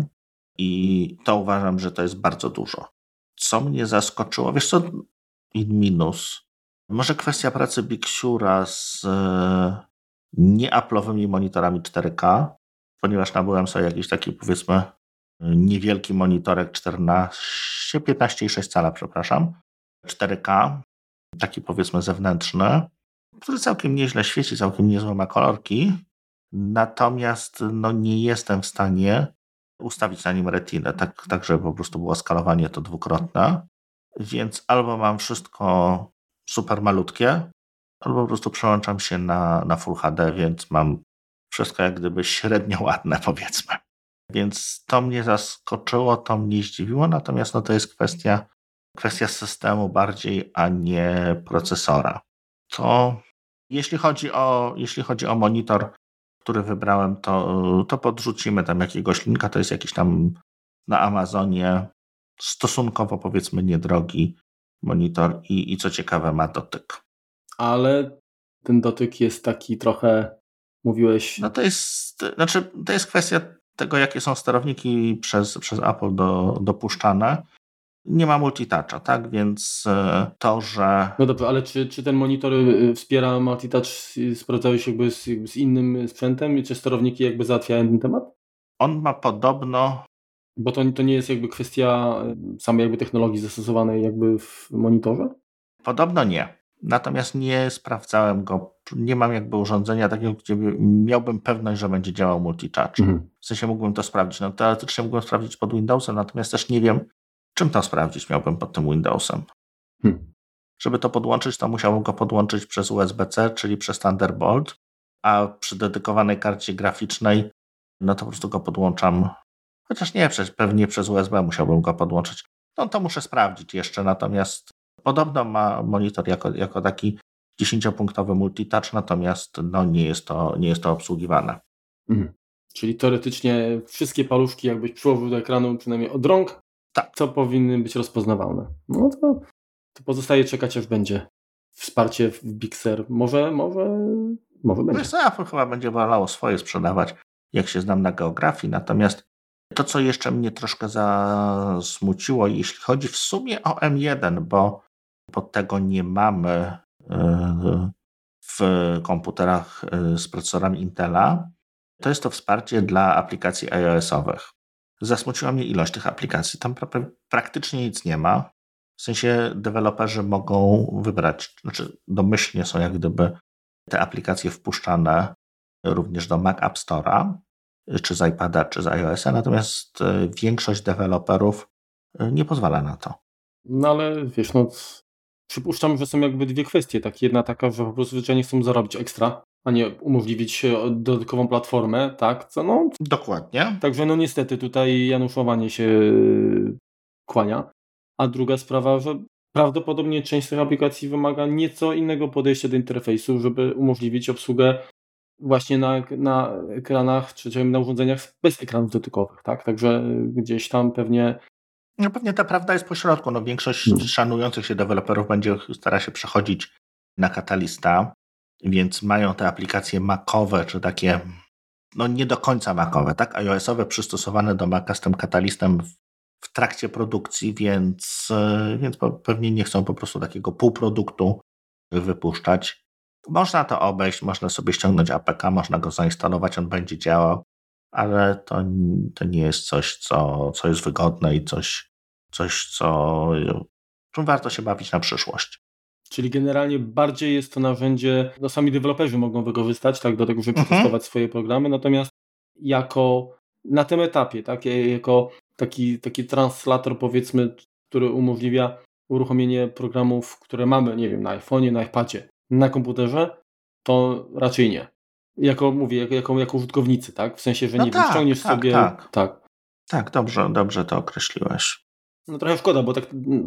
I to uważam, że to jest bardzo dużo. Co mnie zaskoczyło, wiesz co, in minus. Może kwestia pracy Big Sura z nie-Apple'owymi monitorami cztery K, ponieważ nabyłem sobie jakiś taki, powiedzmy, niewielki monitorek czternaście, piętnaście i sześć cala, przepraszam, cztery K, taki powiedzmy zewnętrzny, który całkiem nieźle świeci, całkiem niezłe ma kolorki, natomiast no, nie jestem w stanie ustawić na nim retinę, tak, tak żeby po prostu było skalowanie to dwukrotne, więc albo mam wszystko super malutkie, albo po prostu przełączam się na, na Full H D, więc mam wszystko jak gdyby średnio ładne, powiedzmy. Więc to mnie zaskoczyło, to mnie zdziwiło, natomiast no to jest kwestia, kwestia systemu bardziej, a nie procesora. To jeśli chodzi o, jeśli chodzi o monitor, który wybrałem, to, to podrzucimy tam jakiegoś linka, to jest jakiś tam na Amazonie stosunkowo powiedzmy niedrogi monitor i, i co ciekawe ma dotyk. Ale ten dotyk jest taki trochę mówiłeś... No to jest, znaczy, to jest kwestia tego, jakie są sterowniki przez, przez Apple do, dopuszczane. Nie ma multitoucha, tak? Więc to, że... No dobrze, ale czy, czy ten monitor wspiera multitouch? Sprawdzałeś jakby z, jakby z innym sprzętem? Czy sterowniki jakby załatwiają ten temat? On ma podobno... Bo to, to nie jest jakby kwestia samej jakby technologii zastosowanej jakby w monitorze? Podobno nie. Natomiast nie sprawdzałem go. Nie mam jakby urządzenia takiego, gdzie miałbym pewność, że będzie działał multitouch. Mhm. W sensie mógłbym to sprawdzić. No teoretycznie mógłbym sprawdzić pod Windowsem, natomiast też nie wiem, czym to sprawdzić miałbym pod tym Windowsem. Hmm. Żeby to podłączyć, to musiałbym go podłączyć przez U S B C, czyli przez Thunderbolt, a przy dedykowanej karcie graficznej, no to po prostu go podłączam, chociaż nie, pewnie przez U S B musiałbym go podłączyć. No to muszę sprawdzić jeszcze, natomiast podobno ma monitor jako, jako taki dziesięciopunktowy multitouch, natomiast no nie jest to, nie jest to obsługiwane. Mhm. Czyli teoretycznie wszystkie paluszki jakbyś przyłożył do ekranu, przynajmniej od rąk, tak. co powinny być rozpoznawalne. No to, to pozostaje czekać, aż będzie wsparcie w Big Sur. Może, może, może będzie. Wiesz co, Apple chyba będzie wolało swoje sprzedawać, jak się znam na geografii, natomiast to, co jeszcze mnie troszkę zasmuciło, jeśli chodzi w sumie o M jeden, bo, bo tego nie mamy w komputerach z procesorami Intela, to jest to wsparcie dla aplikacji iOS-owych. Zasmuciła mnie ilość tych aplikacji. Tam pra- praktycznie nic nie ma. W sensie deweloperzy mogą wybrać, znaczy domyślnie są jak gdyby te aplikacje wpuszczane również do Mac App Store'a, czy z iPada, czy z iOS-a, natomiast większość deweloperów nie pozwala na to. No ale wiesz, no przypuszczam, że są jakby dwie kwestie. Tak, jedna taka, że po prostu zwyczajnie chcą zarobić ekstra, a nie umożliwić dodatkową platformę, tak? Co, no, dokładnie. Także no niestety tutaj januszowanie się kłania. A druga sprawa, że prawdopodobnie część tych aplikacji wymaga nieco innego podejścia do interfejsu, żeby umożliwić obsługę właśnie na, na ekranach, czy na urządzeniach bez ekranów dotykowych, tak? Także gdzieś tam pewnie... No pewnie ta prawda jest pośrodku. No większość hmm. szanujących się deweloperów będzie stara się przechodzić na Catalysta, więc mają te aplikacje macowe, czy takie no nie do końca macowe, tak? iOS-owe przystosowane do Maca z tym Catalystem w, w trakcie produkcji, więc, więc pewnie nie chcą po prostu takiego półproduktu wypuszczać. Można to obejść, można sobie ściągnąć A P K, można go zainstalować, on będzie działał, ale to, to nie jest coś, co, co jest wygodne i coś, coś co, czym warto się bawić na przyszłość. Czyli generalnie bardziej jest to narzędzie, no sami deweloperzy mogą wykorzystać, tak, do tego, żeby przetestować mhm. swoje programy, natomiast jako na tym etapie, tak, jako taki, taki translator, powiedzmy, który umożliwia uruchomienie programów, które mamy, nie wiem, na iPhone'ie, na iPadzie, na komputerze, to raczej nie. Jako, mówię, jako, jako, jako użytkownicy, tak, w sensie, że no nie tak, wiem, ściągniesz tak, sobie... Tak, tak. Tak, dobrze, dobrze to określiłeś. No trochę szkoda, bo tak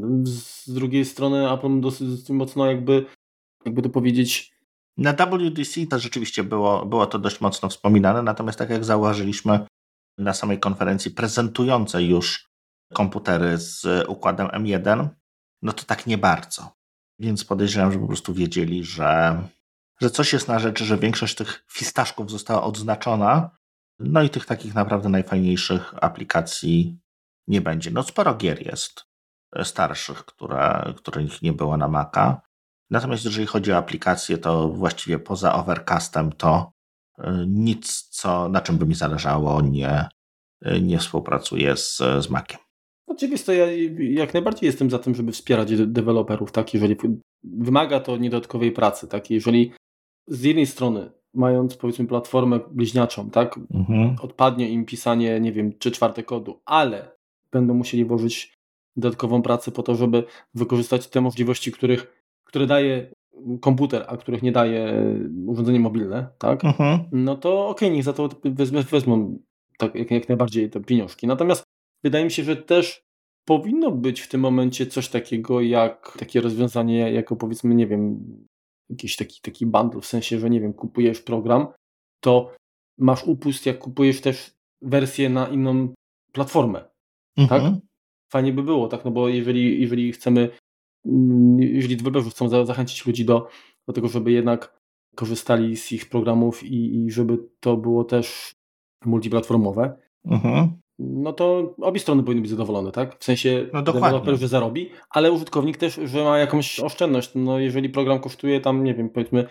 z drugiej strony Apple dosyć mocno jakby, jakby to powiedzieć... Na W D C to rzeczywiście było, było to dość mocno wspominane, natomiast tak jak zauważyliśmy na samej konferencji prezentującej już komputery z układem M jeden, no to tak nie bardzo. Więc podejrzewam, że po prostu wiedzieli, że, że coś jest na rzeczy, że większość tych fistaszków została odznaczona, no i tych takich naprawdę najfajniejszych aplikacji nie będzie. No sporo gier jest starszych, które, których nie było na Maca. Natomiast jeżeli chodzi o aplikacje, to właściwie poza Overcastem to nic, co, na czym by mi zależało, nie, nie współpracuje z, z Maciem. Oczywiście ja jak najbardziej jestem za tym, żeby wspierać deweloperów, tak, jeżeli wymaga to niedodatkowej pracy, tak, jeżeli z jednej strony mając powiedzmy platformę bliźniaczą, tak, mhm. odpadnie im pisanie, nie wiem, trzy czwarte kodu, ale będą musieli włożyć dodatkową pracę po to, żeby wykorzystać te możliwości, których, które daje komputer, a których nie daje urządzenie mobilne, tak, mhm. no to okej, okay, niech za to wezmą, wezmą tak, jak, jak najbardziej te pieniążki. Natomiast wydaje mi się, że też powinno być w tym momencie coś takiego jak takie rozwiązanie, jako powiedzmy, nie wiem, jakiś taki, taki bundle, w sensie, że nie wiem, kupujesz program, to masz upust, jak kupujesz też wersję na inną platformę, mhm. tak? Fajnie by było, tak? No bo jeżeli, jeżeli chcemy, jeżeli deweloperzy chcą zachęcić ludzi do, do tego, żeby jednak korzystali z ich programów i, i żeby to było też multiplatformowe, mhm. no to obie strony powinny być zadowolone, tak? W sensie No dokładnie. deweloper, że zarobi, ale użytkownik też, że ma jakąś oszczędność. No jeżeli program kosztuje tam, nie wiem, powiedzmy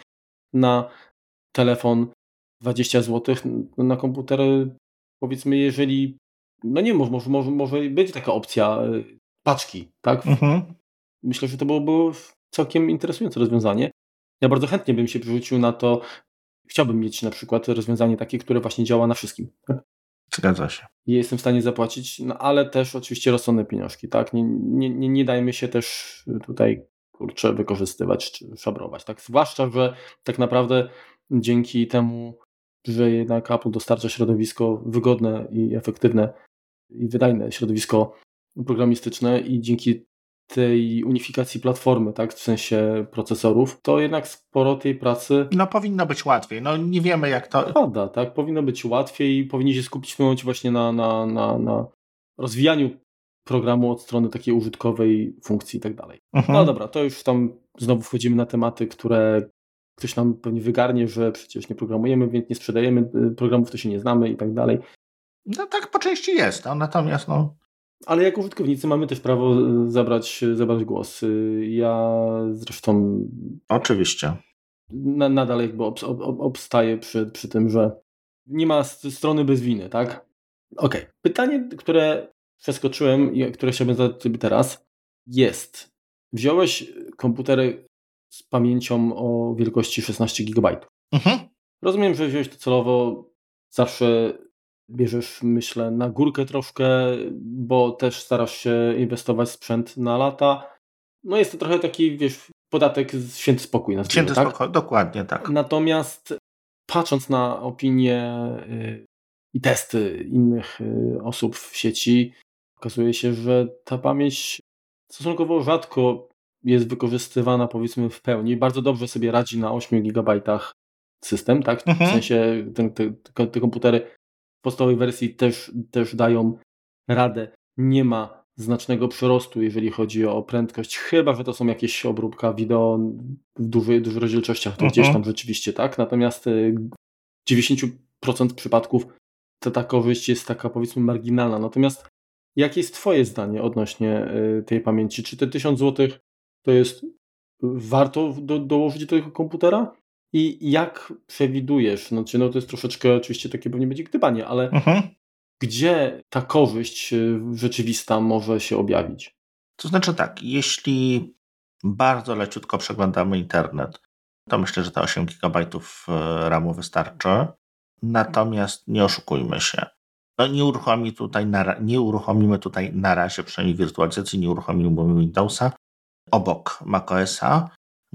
na telefon dwadzieścia złotych, no na komputer powiedzmy, jeżeli, no nie, może, może, może być taka opcja y, paczki, tak? Mhm. Myślę, że to byłoby całkiem interesujące rozwiązanie. Ja bardzo chętnie bym się przerzucił na to. Chciałbym mieć na przykład rozwiązanie takie, które właśnie działa na wszystkim. Tak? Zgadza się. I jestem w stanie zapłacić, no ale też oczywiście rozsądne pieniążki, tak? Nie, nie, nie, nie dajmy się też tutaj kurczę wykorzystywać czy szabrować, tak? Zwłaszcza, że tak naprawdę dzięki temu, że jednak Apple dostarcza środowisko wygodne i efektywne i wydajne środowisko programistyczne i dzięki tej unifikacji platformy, tak, w sensie procesorów, to jednak sporo tej pracy No powinno być łatwiej. No nie wiemy jak to... pada, tak, powinno być łatwiej i powinni się skupić w tym momencie właśnie na, na, na, na rozwijaniu programu od strony takiej użytkowej funkcji i tak dalej. Mhm. No dobra, to już tam znowu wchodzimy na tematy, które ktoś nam pewnie wygarnie, że przecież nie programujemy, więc nie sprzedajemy programów, to się nie znamy i tak dalej. No tak po części jest, no, natomiast no... Ale jako użytkownicy mamy też prawo zabrać, zabrać głos. Ja zresztą Oczywiście. na, nadal jakby obs, ob, obstaję przy, przy tym, że nie ma strony bez winy, tak? Okej. Okay. Pytanie, które przeskoczyłem i które chciałbym zadać sobie teraz jest. Wziąłeś komputery z pamięcią o wielkości szesnaście gigabajtów. Mhm. Rozumiem, że wziąłeś to celowo, zawsze bierzesz, myślę, na górkę troszkę, bo też starasz się inwestować w sprzęt na lata. No jest to trochę taki, wiesz, podatek z święty spokój. Święty tak? spokój, dokładnie tak. Natomiast patrząc na opinie y, i testy innych y, osób w sieci, okazuje się, że ta pamięć stosunkowo rzadko jest wykorzystywana, powiedzmy, w pełni. Bardzo dobrze sobie radzi na ośmiu gigabajtach system, tak? Mhm. W sensie te, te, te komputery w podstawowej wersji też, też dają radę. Nie ma znacznego przyrostu, jeżeli chodzi o prędkość, chyba że to są jakieś obróbka wideo w dużych, dużych rozdzielczościach, to Mhm. gdzieś tam rzeczywiście tak. Natomiast w dziewięćdziesięciu procentach przypadków to ta korzyść jest taka, powiedzmy, marginalna. Natomiast jakie jest Twoje zdanie odnośnie tej pamięci? Czy te tysiąc złotych to jest warto do, dołożyć do tego komputera? I jak przewidujesz, znaczy, no to jest troszeczkę oczywiście takie pewnie będzie gdybanie, ale Mhm. gdzie ta korzyść rzeczywista może się objawić? To znaczy tak, jeśli bardzo leciutko przeglądamy internet, to myślę, że te osiem gigabajtów ramu wystarczy. Natomiast nie oszukujmy się. No nie, uruchomi tutaj na, nie uruchomimy tutaj na razie przynajmniej wirtualizacji, nie uruchomimy Windowsa obok macOSa,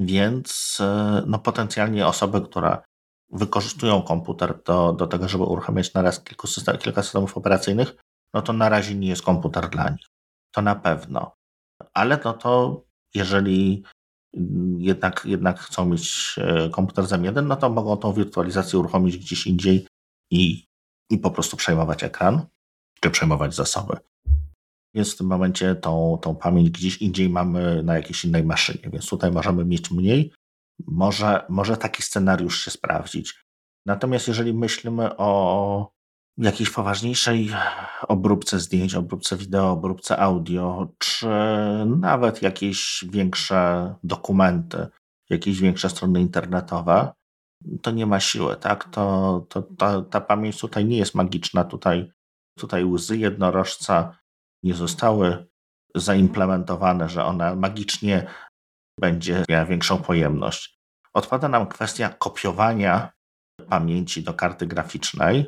więc no potencjalnie osoby, które wykorzystują komputer do, do tego, żeby uruchamiać na raz kilku system, kilka systemów operacyjnych, no to na razie nie jest komputer dla nich. To na pewno. Ale no to jeżeli jednak, jednak chcą mieć komputer zam jeden, no to mogą tą wirtualizację uruchomić gdzieś indziej i, i po prostu przejmować ekran, czy przejmować zasoby. Więc w tym momencie tą, tą pamięć gdzieś indziej mamy na jakiejś innej maszynie, więc tutaj możemy mieć mniej. Może, może taki scenariusz się sprawdzić. Natomiast jeżeli myślimy o jakiejś poważniejszej obróbce zdjęć, obróbce wideo, obróbce audio, czy nawet jakieś większe dokumenty, jakieś większe strony internetowe, to nie ma siły, tak? To, to, ta, ta pamięć tutaj nie jest magiczna. Tutaj, tutaj łzy jednorożca nie zostały zaimplementowane, że ona magicznie będzie miała większą pojemność. Odpada nam kwestia kopiowania pamięci do karty graficznej,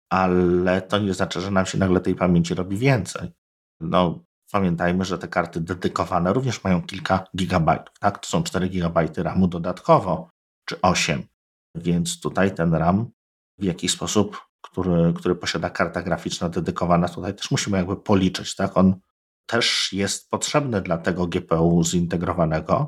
ale to nie znaczy, że nam się nagle tej pamięci robi więcej. No, pamiętajmy, że te karty dedykowane również mają kilka gigabajtów, tak? To są cztery gigabajty ramu dodatkowo, czy osiem. Więc tutaj ten RAM w jakiś sposób, który, który posiada karta graficzna dedykowana, tutaj też musimy jakby policzyć, tak? On też jest potrzebny dla tego G P U zintegrowanego,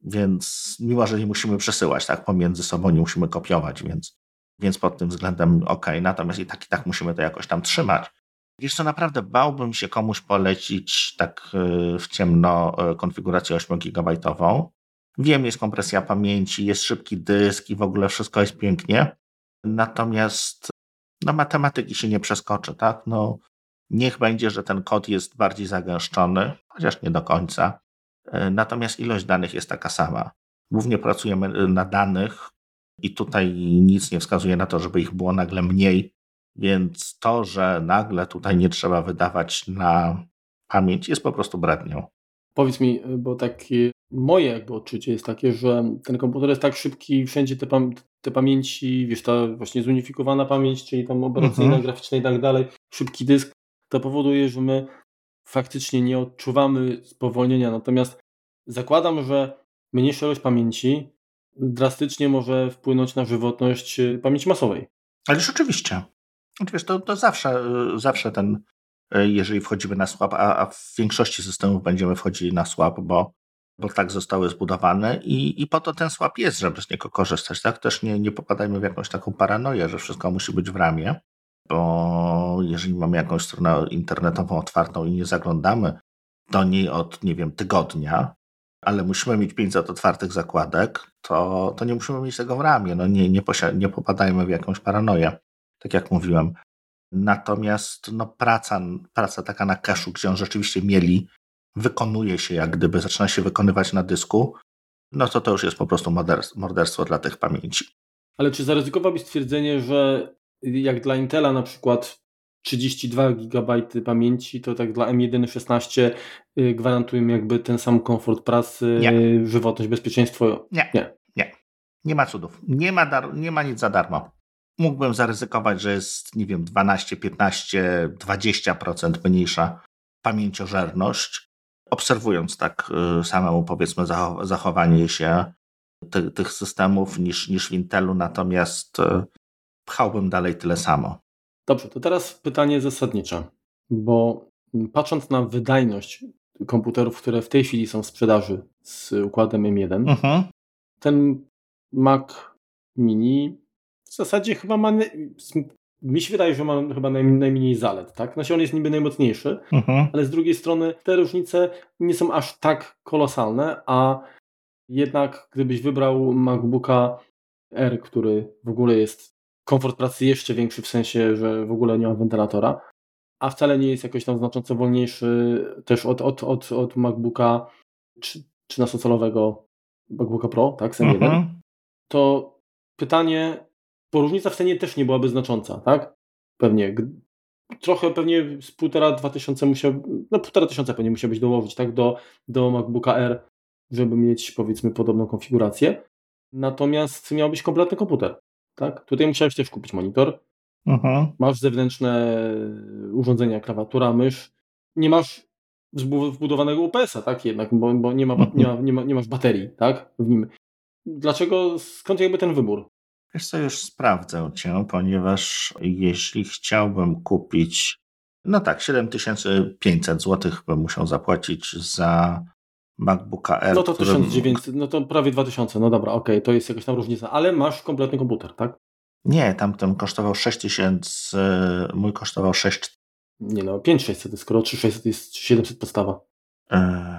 więc mimo, że nie musimy przesyłać, tak? Pomiędzy sobą nie musimy kopiować, więc, więc pod tym względem ok, natomiast i tak i tak musimy to jakoś tam trzymać. Wiesz co, naprawdę bałbym się komuś polecić tak w ciemno konfigurację ośmiogigabajtową. Wiem, jest kompresja pamięci, jest szybki dysk i w ogóle wszystko jest pięknie. Natomiast no, matematyki się nie przeskoczy, tak? No, niech będzie, że ten kod jest bardziej zagęszczony, chociaż nie do końca. Natomiast ilość danych jest taka sama. Głównie pracujemy na danych i tutaj nic nie wskazuje na to, żeby ich było nagle mniej, więc to, że nagle tutaj nie trzeba wydawać na pamięć, jest po prostu brednią. Powiedz mi, bo takie moje jakby odczucie jest takie, że ten komputer jest tak szybki, wszędzie te, pam- te pamięci, wiesz, ta właśnie zunifikowana pamięć, czyli tam operacyjna, Mhm. graficzna i tak dalej, szybki dysk, to powoduje, że my faktycznie nie odczuwamy spowolnienia, natomiast zakładam, że mniejsza ilość pamięci drastycznie może wpłynąć na żywotność y, pamięci masowej. Ależ oczywiście. Wiesz, to, to zawsze, zawsze ten, jeżeli wchodzimy na swap, a, a w większości systemów będziemy wchodzili na swap, bo, bo tak zostały zbudowane i, i po to ten swap jest, żeby z niego korzystać. Tak? Też nie, nie popadajmy w jakąś taką paranoję, że wszystko musi być w ramie, bo jeżeli mamy jakąś stronę internetową otwartą i nie zaglądamy do niej od, nie wiem, tygodnia, ale musimy mieć pięćset otwartych zakładek, to, to nie musimy mieć tego w ramie. No nie, nie, posia- nie popadajmy w jakąś paranoję, tak jak mówiłem. Natomiast no, praca, praca taka na cache'u, gdzie on rzeczywiście mieli, wykonuje się jak gdyby, zaczyna się wykonywać na dysku, no to to już jest po prostu morderstwo dla tych pamięci. Ale czy zaryzykowałbyś stwierdzenie, że jak dla Intela na przykład trzydzieści dwa gigabajty pamięci, to tak dla M jeden szesnaście gwarantują jakby ten sam komfort pracy, Nie. żywotność, bezpieczeństwo? Nie, nie, nie. Nie ma cudów. Nie ma, dar- nie ma nic za darmo. Mógłbym zaryzykować, że jest, nie wiem, dwanaście, piętnaście, dwadzieścia procent mniejsza pamięciożerność, obserwując tak y, samemu, powiedzmy, zachow- zachowanie się ty- tych systemów niż, niż w Intelu, natomiast y, pchałbym dalej tyle samo. Dobrze, to teraz pytanie zasadnicze, bo patrząc na wydajność komputerów, które w tej chwili są w sprzedaży z układem M jeden, Mhm. ten Mac Mini w zasadzie chyba ma, mi się wydaje, że ma chyba naj, najmniej zalet, tak? Znaczy on jest niby najmocniejszy, Mhm. ale z drugiej strony te różnice nie są aż tak kolosalne, a jednak gdybyś wybrał MacBooka Air, który w ogóle jest komfort pracy jeszcze większy, w sensie, że w ogóle nie ma wentylatora, a wcale nie jest jakoś tam znacząco wolniejszy też od, od, od, od MacBooka trzynastocalowego MacBooka Pro, tak, z M jeden, Mhm. to pytanie, bo różnica w cenie też nie byłaby znacząca, tak? Pewnie, trochę pewnie z półtora, dwa tysiące musiał, no półtora tysiąca pewnie musiałbyś dołożyć, tak, do, do MacBooka Air, żeby mieć, powiedzmy, podobną konfigurację. Natomiast miałbyś kompletny komputer, tak? Tutaj musiałeś też kupić monitor, Mhm. masz zewnętrzne urządzenia, klawiatura, mysz, nie masz wbudowanego U P S a, tak, jednak, bo, bo nie, ma, nie, ma, nie, ma, nie masz baterii, tak, w nim. Dlaczego, skąd jakby ten wybór? Wiesz co, już sprawdzę cię, ponieważ jeśli chciałbym kupić, no tak, siedem tysięcy pięćset złotych bym musiał zapłacić za MacBooka Air. No to którym... tysiąc dziewięćset, no to prawie dwa tysiące, no dobra, okej, okay, to jest jakaś tam różnica, ale masz kompletny komputer, tak? Nie, tamten kosztował sześć tysięcy, mój kosztował sześć. Nie no, pięć tysięcy sześćset, skoro trzy tysiące sześćset jest siedemset podstawa. Yy,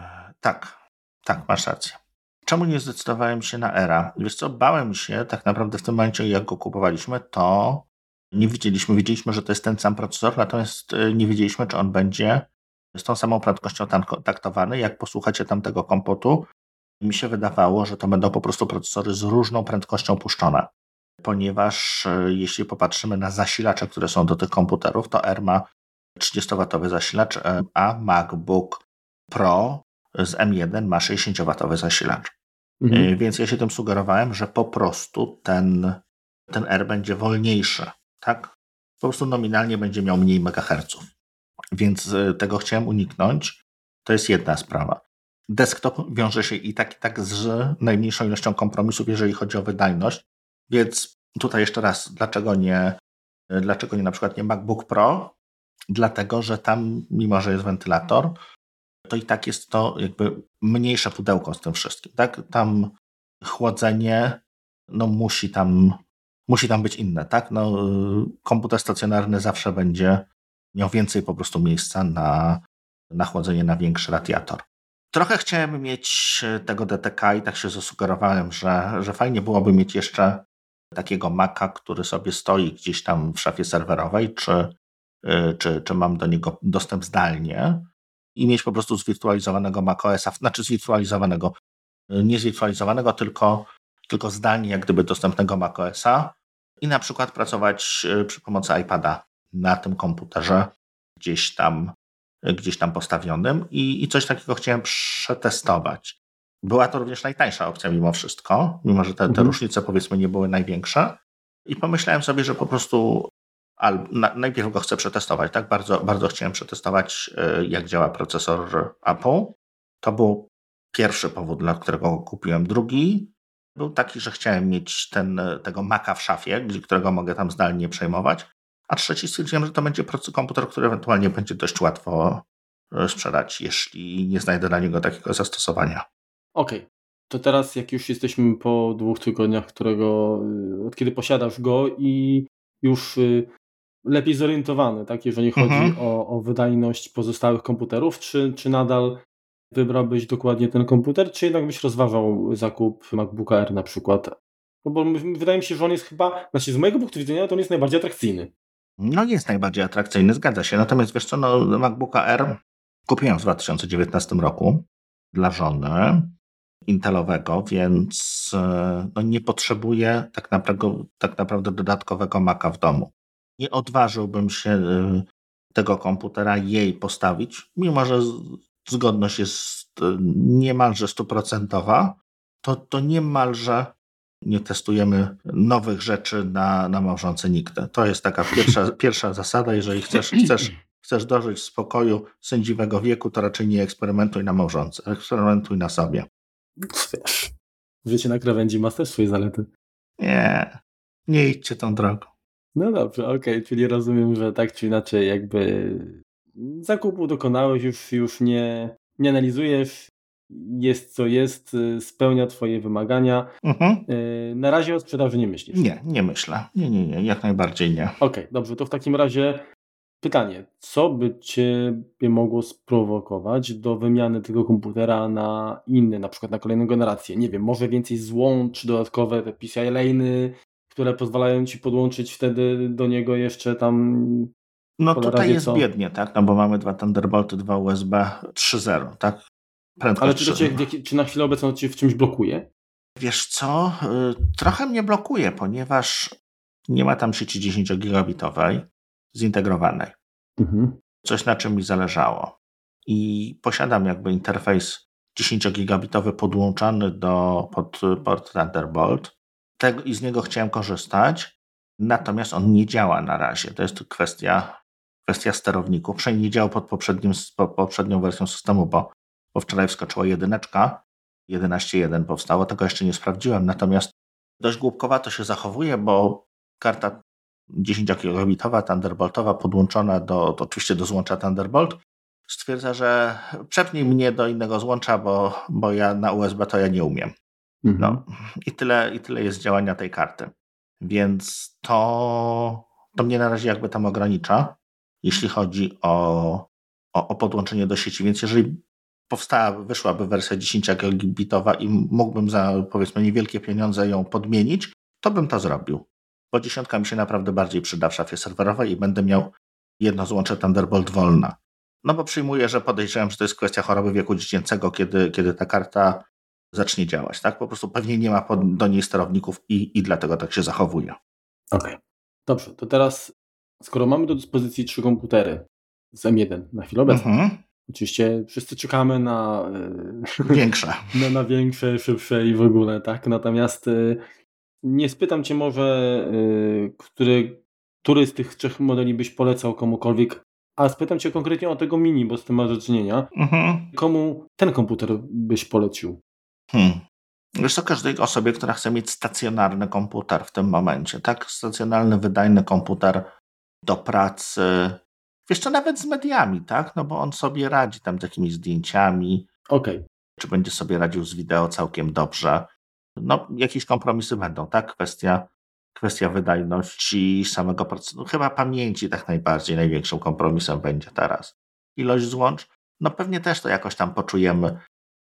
tak, tak, masz rację. Czemu nie zdecydowałem się na Era? Wiesz co, bałem się tak naprawdę w tym momencie, jak go kupowaliśmy, to nie widzieliśmy, wiedzieliśmy, że to jest ten sam procesor, natomiast nie wiedzieliśmy, czy on będzie z tą samą prędkością taktowany. Jak posłuchacie tamtego komputu, mi się wydawało, że to będą po prostu procesory z różną prędkością puszczone, ponieważ jeśli popatrzymy na zasilacze, które są do tych komputerów, to Air ma trzydziestowatowy zasilacz, a MacBook Pro z M jeden ma sześćdziesięciowatowy zasilacz. Mhm. Więc ja się tym sugerowałem, że po prostu ten, ten R będzie wolniejszy, tak? Po prostu nominalnie będzie miał mniej megaherców. Więc tego chciałem uniknąć. To jest jedna sprawa. Desktop wiąże się i tak, i tak z najmniejszą ilością kompromisów, jeżeli chodzi o wydajność. Więc tutaj jeszcze raz, dlaczego nie, dlaczego nie na przykład nie MacBook Pro? Dlatego, że tam, mimo że jest wentylator, to i tak jest to jakby mniejsze pudełko z tym wszystkim, tak? Tam chłodzenie, no musi tam, musi tam być inne, tak? No, komputer stacjonarny zawsze będzie miał więcej po prostu miejsca na, na chłodzenie, na większy radiator. Trochę chciałem mieć tego D T K i tak się zasugerowałem, że, że fajnie byłoby mieć jeszcze takiego Maca, który sobie stoi gdzieś tam w szafie serwerowej, czy, czy, czy mam do niego dostęp zdalnie i mieć po prostu zwirtualizowanego macOSa, znaczy zwirtualizowanego, nie zwirtualizowanego, tylko, tylko zdalnie jak gdyby dostępnego macOSa i na przykład pracować przy pomocy iPada na tym komputerze gdzieś tam, gdzieś tam postawionym i, i coś takiego chciałem przetestować. Była to również najtańsza opcja mimo wszystko, mimo że te, te mhm. różnice powiedzmy nie były największe i pomyślałem sobie, że po prostu al, na, najpierw go chcę przetestować, tak? Bardzo, bardzo chciałem przetestować, jak działa procesor Apple. To był pierwszy powód, dla którego go kupiłem. Drugi był taki, że chciałem mieć ten, tego Maca w szafie, którego mogę tam zdalnie przejmować. A trzeci stwierdziłem, że to będzie komputer, który ewentualnie będzie dość łatwo sprzedać, jeśli nie znajdę dla niego takiego zastosowania. Okej, okay. To teraz jak już jesteśmy po dwóch tygodniach, którego, od kiedy posiadasz go i już lepiej zorientowany, tak, jeżeli chodzi mhm. o, o wydajność pozostałych komputerów, czy, czy nadal wybrałbyś dokładnie ten komputer, czy jednak byś rozważał zakup MacBooka Air na przykład? No bo wydaje mi się, że on jest chyba, znaczy z mojego punktu widzenia to on jest najbardziej atrakcyjny. No jest najbardziej atrakcyjny, zgadza się. Natomiast wiesz co, no MacBooka Air kupiłem w dwa tysiące dziewiętnastym roku dla żony intelowego, więc no, nie potrzebuję tak naprawdę, tak naprawdę dodatkowego Maca w domu. Nie odważyłbym się tego komputera jej postawić, mimo że zgodność jest niemalże stuprocentowa, to, to niemalże nie testujemy nowych rzeczy na, na małżonce nigdy. To jest taka pierwsza, pierwsza zasada. Jeżeli chcesz, chcesz, chcesz dożyć spokoju sędziwego wieku, to raczej nie eksperymentuj na małżonce, eksperymentuj na sobie. Wiesz, życie na krawędzi ma też swoje zalety. Nie, nie idźcie tą drogą. No dobrze, okej, okay, czyli rozumiem, że tak czy inaczej jakby zakupu dokonałeś, już, już nie, nie analizujesz, jest co jest, spełnia twoje wymagania. Mhm. Na razie o sprzedaży nie myślisz? Nie, nie myślę. Nie, nie, nie, jak najbardziej nie. Okej, okay, dobrze, to w takim razie pytanie, co by ciebie mogło sprowokować do wymiany tego komputera na inny, na przykład na kolejną generację? Nie wiem, może więcej złącz, dodatkowe te P C I lane'y, które pozwalają ci podłączyć wtedy do niego jeszcze tam... No tutaj jest co? biednie, tak? No bo mamy dwa Thunderbolty, dwa U S B trzy zero, tak? Prędkość Ale czy, to cię, czy na chwilę obecną cię w czymś blokuje? Wiesz co? Trochę mnie blokuje, ponieważ nie ma tam sieci dziesięciogigabitowej zintegrowanej. Mhm. Coś, na czym mi zależało. I posiadam jakby interfejs dziesięciogigabitowy podłączony do, pod port Thunderbolt. Tego, i z niego chciałem korzystać, natomiast on nie działa na razie. To jest kwestia, kwestia sterowników. Przynajmniej nie działał pod poprzednim, pod poprzednią wersją systemu, bo, bo wczoraj wskoczyła jedyneczka, jedenaście jeden powstało, tego jeszcze nie sprawdziłem, natomiast dość głupkowato się zachowuje, bo karta dziesięciogigabitowa, Thunderboltowa, podłączona do, do, oczywiście do złącza Thunderbolt, stwierdza, że przepnij mnie do innego złącza, bo, bo ja na U S B to ja nie umiem. Mhm. No i tyle, i tyle jest działania tej karty. Więc to, to mnie na razie jakby tam ogranicza, jeśli chodzi o, o, o podłączenie do sieci. Więc jeżeli powstała, wyszłaby wersja dziesięciogigabitowa i mógłbym za powiedzmy niewielkie pieniądze ją podmienić, to bym to zrobił. Bo dziesiątka mi się naprawdę bardziej przyda w szafie serwerowej i będę miał jedno złącze Thunderbolt wolne. No bo przyjmuję, że podejrzewam, że to jest kwestia choroby wieku dziecięcego, kiedy, kiedy ta karta zacznie działać, tak? Po prostu pewnie nie ma pod, do niej sterowników i, i dlatego tak się zachowuje. Okej. Okay. Dobrze, to teraz skoro mamy do dyspozycji trzy komputery z M jeden na chwilę obecną, mhm. Oczywiście wszyscy czekamy na większe, na, na większe, szybsze i w ogóle, tak? Natomiast nie spytam cię może, który, który z tych trzech modeli byś polecał komukolwiek, a spytam cię konkretnie o tego mini, bo z tym masz do czynienia. Mhm. Komu ten komputer byś polecił? Hmm. Wiesz co, każdej osobie, która chce mieć stacjonarny komputer w tym momencie, tak? Stacjonarny, wydajny komputer do pracy, wiesz co, nawet z mediami, tak? No bo on sobie radzi tam takimi zdjęciami. Okej. Okay. Czy będzie sobie radził z wideo całkiem dobrze. No, jakieś kompromisy będą, tak? Kwestia, kwestia wydajności samego procesu. No, chyba pamięci tak najbardziej, największym kompromisem będzie teraz. Ilość złącz, no pewnie też to jakoś tam poczujemy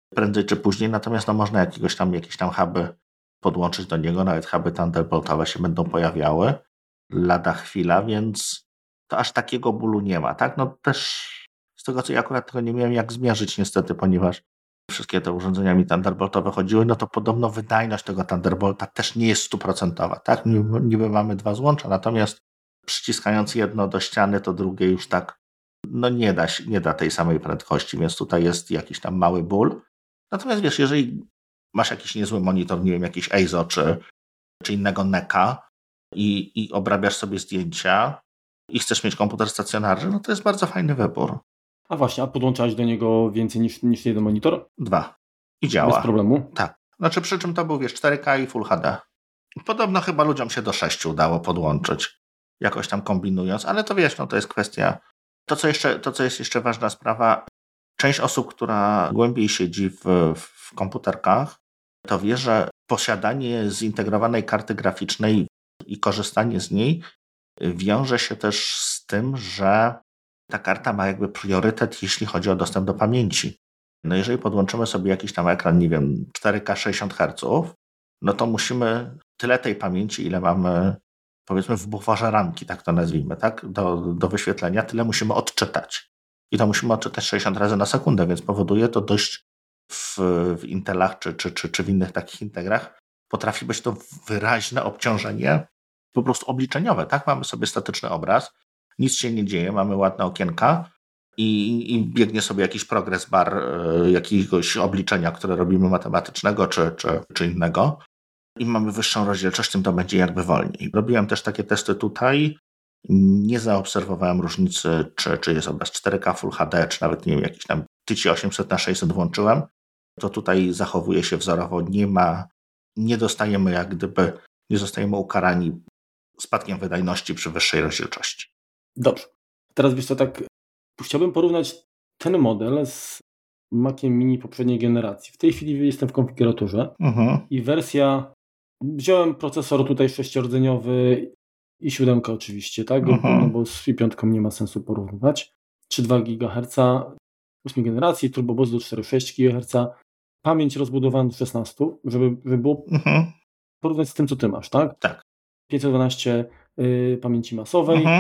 prędzej czy później, natomiast no, można jakiegoś tam, jakieś tam huby podłączyć do niego, nawet huby Thunderboltowe się będą pojawiały lada chwila, więc to aż takiego bólu nie ma, tak? No też z tego, co ja akurat tego nie miałem jak zmierzyć niestety, ponieważ wszystkie te urządzenia mi Thunderboltowe chodziły, no to podobno wydajność tego Thunderbolta też nie jest stuprocentowa, tak? Niby, niby mamy dwa złącza, natomiast przyciskając jedno do ściany, to drugie już tak no nie da, nie da tej samej prędkości, więc tutaj jest jakiś tam mały ból. Natomiast wiesz, jeżeli masz jakiś niezły monitor, nie wiem, jakiś E I Z O czy, czy innego neka i, i obrabiasz sobie zdjęcia i chcesz mieć komputer stacjonarny, no to jest bardzo fajny wybór. A właśnie, a podłączałeś do niego więcej niż, niż jeden monitor? Dwa. I działa. Bez problemu? Tak. Znaczy przy czym to był, wiesz, cztery K i Full H D. Podobno chyba ludziom się do sześciu udało podłączyć, jakoś tam kombinując, ale to wiesz, no to jest kwestia. To, co jeszcze, to, co jest jeszcze ważna sprawa, część osób, która głębiej siedzi w, w komputerkach, to wie, że posiadanie zintegrowanej karty graficznej i korzystanie z niej wiąże się też z tym, że ta karta ma jakby priorytet, jeśli chodzi o dostęp do pamięci. No jeżeli podłączymy sobie jakiś tam ekran, nie wiem, cztery K sześćdziesiąt herców, no to musimy tyle tej pamięci, ile mamy, powiedzmy, w buforze ramki, tak to nazwijmy, tak, do, do wyświetlenia, tyle musimy odczytać. I to musimy odczytać sześćdziesiąt razy na sekundę, więc powoduje to dość w, w Intelach czy, czy, czy, czy w innych takich integrach potrafi być to wyraźne obciążenie po prostu obliczeniowe, tak? Mamy sobie statyczny obraz, nic się nie dzieje, mamy ładne okienka i, i biegnie sobie jakiś progress bar y, jakiegoś obliczenia, które robimy matematycznego czy, czy, czy innego i mamy wyższą rozdzielczość, tym to będzie jakby wolniej. Robiłem też takie testy tutaj, nie zaobserwowałem różnicy, czy, czy jest obraz cztery K Full H D, czy nawet nie wiem, jakiś tam tyci osiemset na sześćset włączyłem, to tutaj zachowuje się wzorowo, nie ma, nie dostajemy jak gdyby, nie zostajemy ukarani spadkiem wydajności przy wyższej rozdzielczości. Dobrze. Teraz wiesz co, tak chciałbym porównać ten model z Maciem Mini poprzedniej generacji. W tej chwili jestem w konfiguratorze Mhm. i wersja, wziąłem procesor tutaj sześciordzeniowy i siódemkę oczywiście, tak? Mhm. No bo z piątką nie ma sensu porównywać. trzy przecinek dwa gigaherca ósmej generacji, turbo bus do cztery przecinek sześć gigaherca, pamięć rozbudowana do szesnaście, żeby, żeby było Mhm. porównać z tym, co ty masz, tak? Tak. pięćset dwanaście y, pamięci masowej Mhm.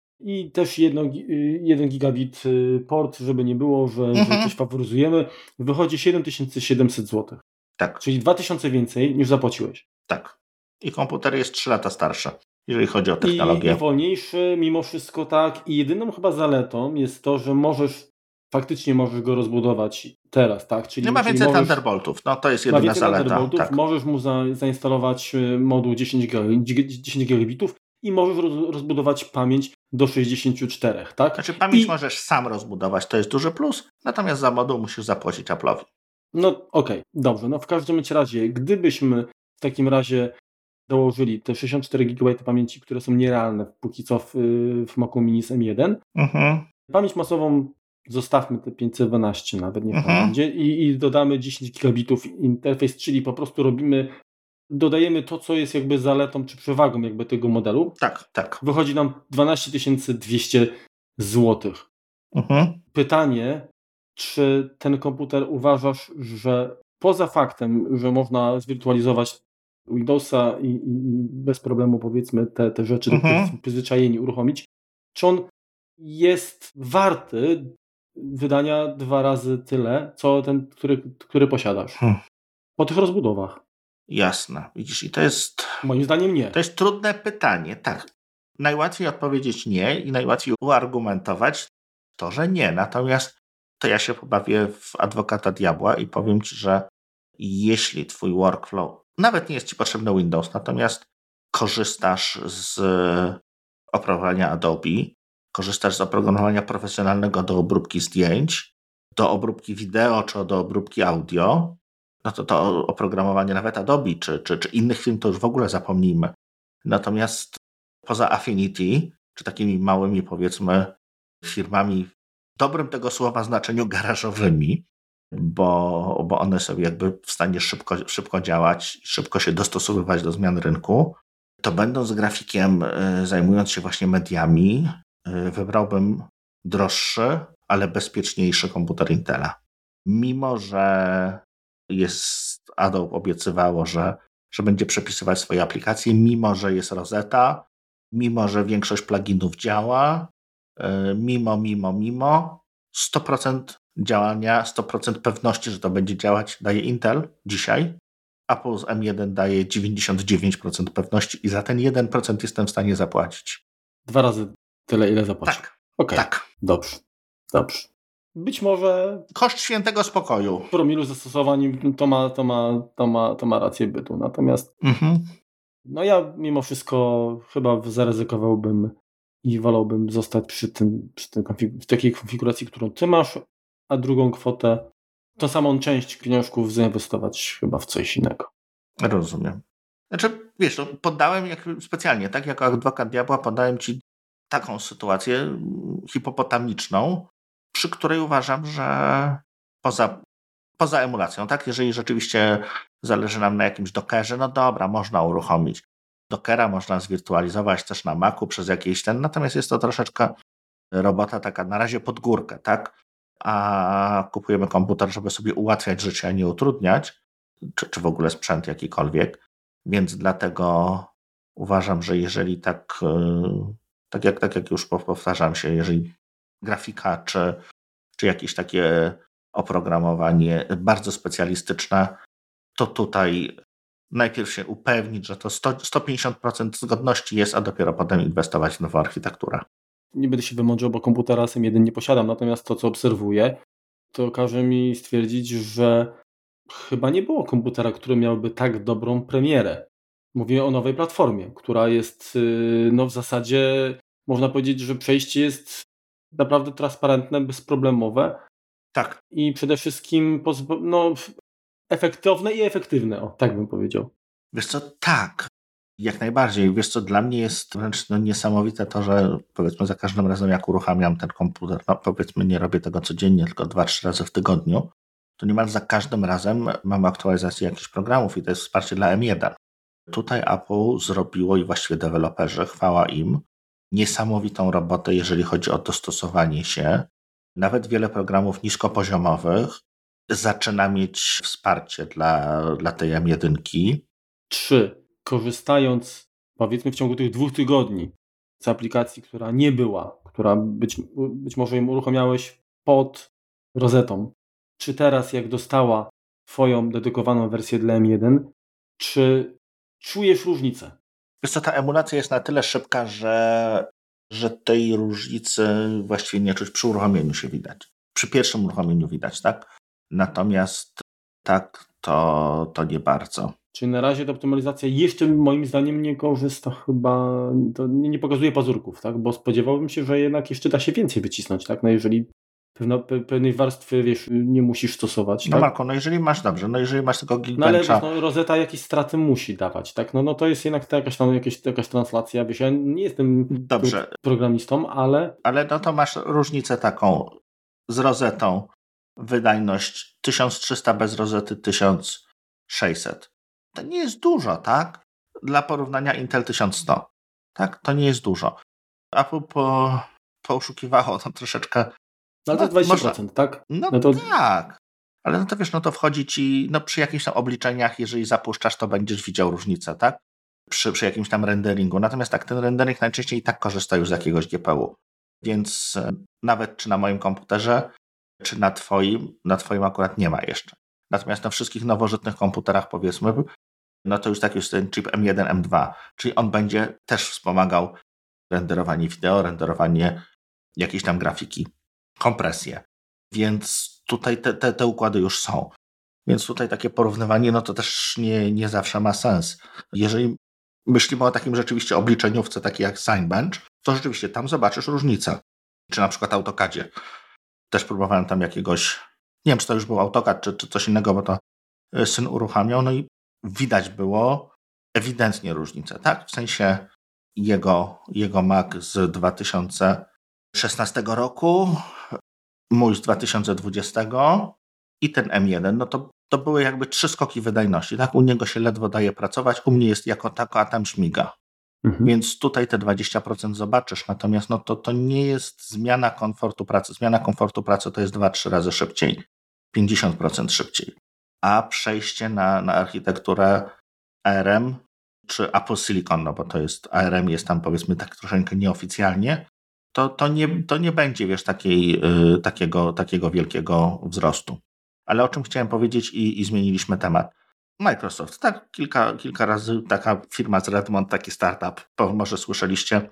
i też jedno, y, jeden gigabit y, port, żeby nie było, że, Mhm. że coś faworyzujemy. Wychodzi siedem tysięcy siedemset złotych. Tak. Czyli dwa tysiące więcej niż zapłaciłeś. Tak. I komputer jest trzy lata starszy, jeżeli chodzi o technologię. I, I wolniejszy mimo wszystko, tak. I jedyną chyba zaletą jest to, że możesz, faktycznie możesz go rozbudować teraz, tak? Czyli, nie ma czyli więcej możesz, Thunderboltów, no to jest ma jedyna więcej zaleta. Thunderboltów, Tak. możesz mu za, zainstalować moduł dziesięć gigabitów i możesz roz, rozbudować pamięć do sześćdziesiąt cztery, tak? Znaczy pamięć I, możesz sam rozbudować, to jest duży plus, natomiast za moduł musisz zapłacić Apple'owi. No okej, okay, dobrze. No w każdym razie, gdybyśmy w takim razie dołożyli te sześćdziesiąt cztery gigabajty pamięci, które są nierealne póki co w, w Macu Mini z M jeden, Mhm. pamięć masową zostawmy te pięćset dwanaście nawet, niech Mhm. tam będzie, i, i dodamy dziesięć gigabitów interfejs, czyli po prostu robimy, dodajemy to, co jest jakby zaletą czy przewagą jakby tego modelu. Tak, tak. Wychodzi nam dwanaście tysięcy dwieście złotych. Mhm. Pytanie, czy ten komputer uważasz, że poza faktem, że można zwirtualizować Windowsa i, i, i bez problemu powiedzmy te, te rzeczy, do których Mhm. jesteśmy przyzwyczajeni uruchomić, czy on jest warty wydania dwa razy tyle, co ten, który, który posiadasz? Hmm. Po tych rozbudowach. Jasne. Widzisz, i to jest... Moim zdaniem nie. To jest trudne pytanie, tak. Najłatwiej odpowiedzieć nie i najłatwiej uargumentować to, że nie. Natomiast to ja się pobawię w adwokata diabła i powiem ci, że jeśli twój workflow, nawet nie jest ci potrzebny Windows, natomiast korzystasz z oprogramowania Adobe, korzystasz z oprogramowania profesjonalnego do obróbki zdjęć, do obróbki wideo czy do obróbki audio, no to to oprogramowanie nawet Adobe czy, czy, czy innych firm to już w ogóle zapomnijmy. Natomiast poza Affinity, czy takimi małymi powiedzmy firmami w dobrym tego słowa znaczeniu garażowymi, bo, bo one są jakby w stanie szybko, szybko działać, szybko się dostosowywać do zmian rynku, to będąc grafikiem, zajmując się właśnie mediami, wybrałbym droższy, ale bezpieczniejszy komputer Intela. mimo że jest Adobe obiecywało, że, że będzie przepisywać swoje aplikacje, mimo że jest Rosetta, mimo że większość pluginów działa, mimo, mimo, mimo, sto procent działania, sto procent pewności, że to będzie działać, daje Intel dzisiaj. Apple z M jeden daje dziewięćdziesiąt dziewięć procent pewności i za ten jeden procent jestem w stanie zapłacić. Dwa razy tyle, ile zapłacisz. Tak. Okay. Tak. Dobrze. Dobrze. Być może... Koszt świętego spokoju. W promilu zastosowań to ma, to ma, to ma, to ma rację bytu. Natomiast mhm. no ja mimo wszystko chyba zaryzykowałbym i wolałbym zostać przy tym, przy tym konfig- w takiej konfiguracji, którą ty masz, a drugą kwotę, tą samą część pieniążków zainwestować chyba w coś innego. Rozumiem. Znaczy, wiesz, no, poddałem jak, specjalnie, tak, jako adwokat diabła podałem ci taką sytuację hipopotamiczną, przy której uważam, że poza, poza emulacją, tak, jeżeli rzeczywiście zależy nam na jakimś Dockerze, no dobra, można uruchomić Dockera, można zwirtualizować też na Macu przez jakiś ten, natomiast jest to troszeczkę robota taka na razie pod górkę, tak, a kupujemy komputer, żeby sobie ułatwiać życie, a nie utrudniać, czy, czy w ogóle sprzęt jakikolwiek, więc dlatego uważam, że jeżeli tak, tak jak, tak jak już powtarzam się, jeżeli grafika, czy, czy jakieś takie oprogramowanie bardzo specjalistyczne, to tutaj najpierw się upewnić, że to sto, sto pięćdziesiąt procent zgodności jest, a dopiero potem inwestować w nową architekturę. Nie będę się wymądrzał, bo komputera S M jeden nie posiadam, natomiast to, co obserwuję, to każe mi stwierdzić, że chyba nie było komputera, który miałby tak dobrą premierę. Mówię o nowej platformie, która jest no w zasadzie, można powiedzieć, że przejście jest naprawdę transparentne, bezproblemowe. Tak. I przede wszystkim pozbo- no, efektowne i efektywne, o, tak bym powiedział. Wiesz co, tak, jak najbardziej. Wiesz co, dla mnie jest wręcz no, niesamowite to, że powiedzmy za każdym razem jak uruchamiam ten komputer, no powiedzmy nie robię tego codziennie, tylko dwa, trzy razy w tygodniu, to niemal za każdym razem mam aktualizację jakichś programów i to jest wsparcie dla M jeden. Tutaj Apple zrobiło i właściwie deweloperzy, chwała im, niesamowitą robotę, jeżeli chodzi o dostosowanie się. Nawet wiele programów niskopoziomowych zaczyna mieć wsparcie dla, dla tej M jeden. Trzy. Korzystając, powiedzmy w ciągu tych dwóch tygodni z aplikacji, która nie była, która być, być może ją uruchamiałeś pod rozetą, czy teraz jak dostała twoją dedykowaną wersję dla M jeden, czy czujesz różnicę? Wiesz co, ta emulacja jest na tyle szybka, że, że tej różnicy właściwie nie czuć. Przy uruchomieniu się widać. Przy pierwszym uruchomieniu widać, tak? Natomiast tak, to, to nie bardzo. Czyli na razie ta optymalizacja jeszcze moim zdaniem nie korzysta chyba, to nie, nie pokazuje pazurków, tak? Bo spodziewałbym się, że jednak jeszcze da się więcej wycisnąć, tak? No jeżeli pewno, pe, pewnej warstwy, wiesz, nie musisz stosować, no tak? Marko, no jeżeli masz, dobrze, no jeżeli masz tego Geekbencha... No ale wiesz, no, Rosetta jakieś straty musi dawać, tak? No, no to jest jednak to jakaś tam jakaś, jakaś translacja, wiesz, ja nie jestem dobrze. programistą, ale... Ale no to masz różnicę taką z Rosetą, wydajność tysiąc trzysta bez Rosety tysiąc sześćset. To nie jest dużo, tak? Dla porównania Intel tysiąc sto. Tak? To nie jest dużo. Apple po, poszukiwało to troszeczkę... No ale to dwadzieścia procent, można, tak? No, no to... tak. Ale no to wiesz, no to wchodzi ci, no przy jakichś tam obliczeniach, jeżeli zapuszczasz, to będziesz widział różnicę, tak? Przy, przy jakimś tam renderingu. Natomiast tak, ten rendering najczęściej i tak korzysta już z jakiegoś G P U. Więc nawet czy na moim komputerze, czy na twoim, na twoim akurat nie ma jeszcze. Natomiast na wszystkich nowożytnych komputerach, powiedzmy, no to już tak już ten chip M jeden, M dwa, czyli on będzie też wspomagał renderowanie wideo, renderowanie jakiejś tam grafiki, kompresję. Więc tutaj te, te, te układy już są. Więc tutaj takie porównywanie, no to też nie, nie zawsze ma sens. Jeżeli myślimy o takim rzeczywiście obliczeniówce, takiej jak Cinebench, to rzeczywiście tam zobaczysz różnicę. Czy na przykład AutoCADzie. Też próbowałem tam jakiegoś, nie wiem, czy to już był AutoCAD, czy, czy coś innego, bo to syn uruchamiał, no i widać było ewidentnie różnicę, tak? W sensie jego, jego Mac z dwa tysiące szesnastego roku, mój z dwa tysiące dwudziestego i ten M jeden, no to, to były jakby trzy skoki wydajności, tak? U niego się ledwo daje pracować, u mnie jest jako tako, a tam śmiga. Mhm. Więc tutaj te dwadzieścia procent zobaczysz, natomiast no to, to nie jest zmiana komfortu pracy. Zmiana komfortu pracy to jest dwa trzy razy szybciej. pięćdziesiąt procent szybciej. A przejście na, na architekturę A R M czy Apple Silicon, no bo to jest A R M jest tam powiedzmy tak troszeczkę nieoficjalnie, to, to, nie, to nie będzie, wiesz, takiej, y, takiego, takiego wielkiego wzrostu. Ale o czym chciałem powiedzieć i, i zmieniliśmy temat. Microsoft, tak, kilka, kilka razy taka firma z Redmond, taki startup, może słyszeliście.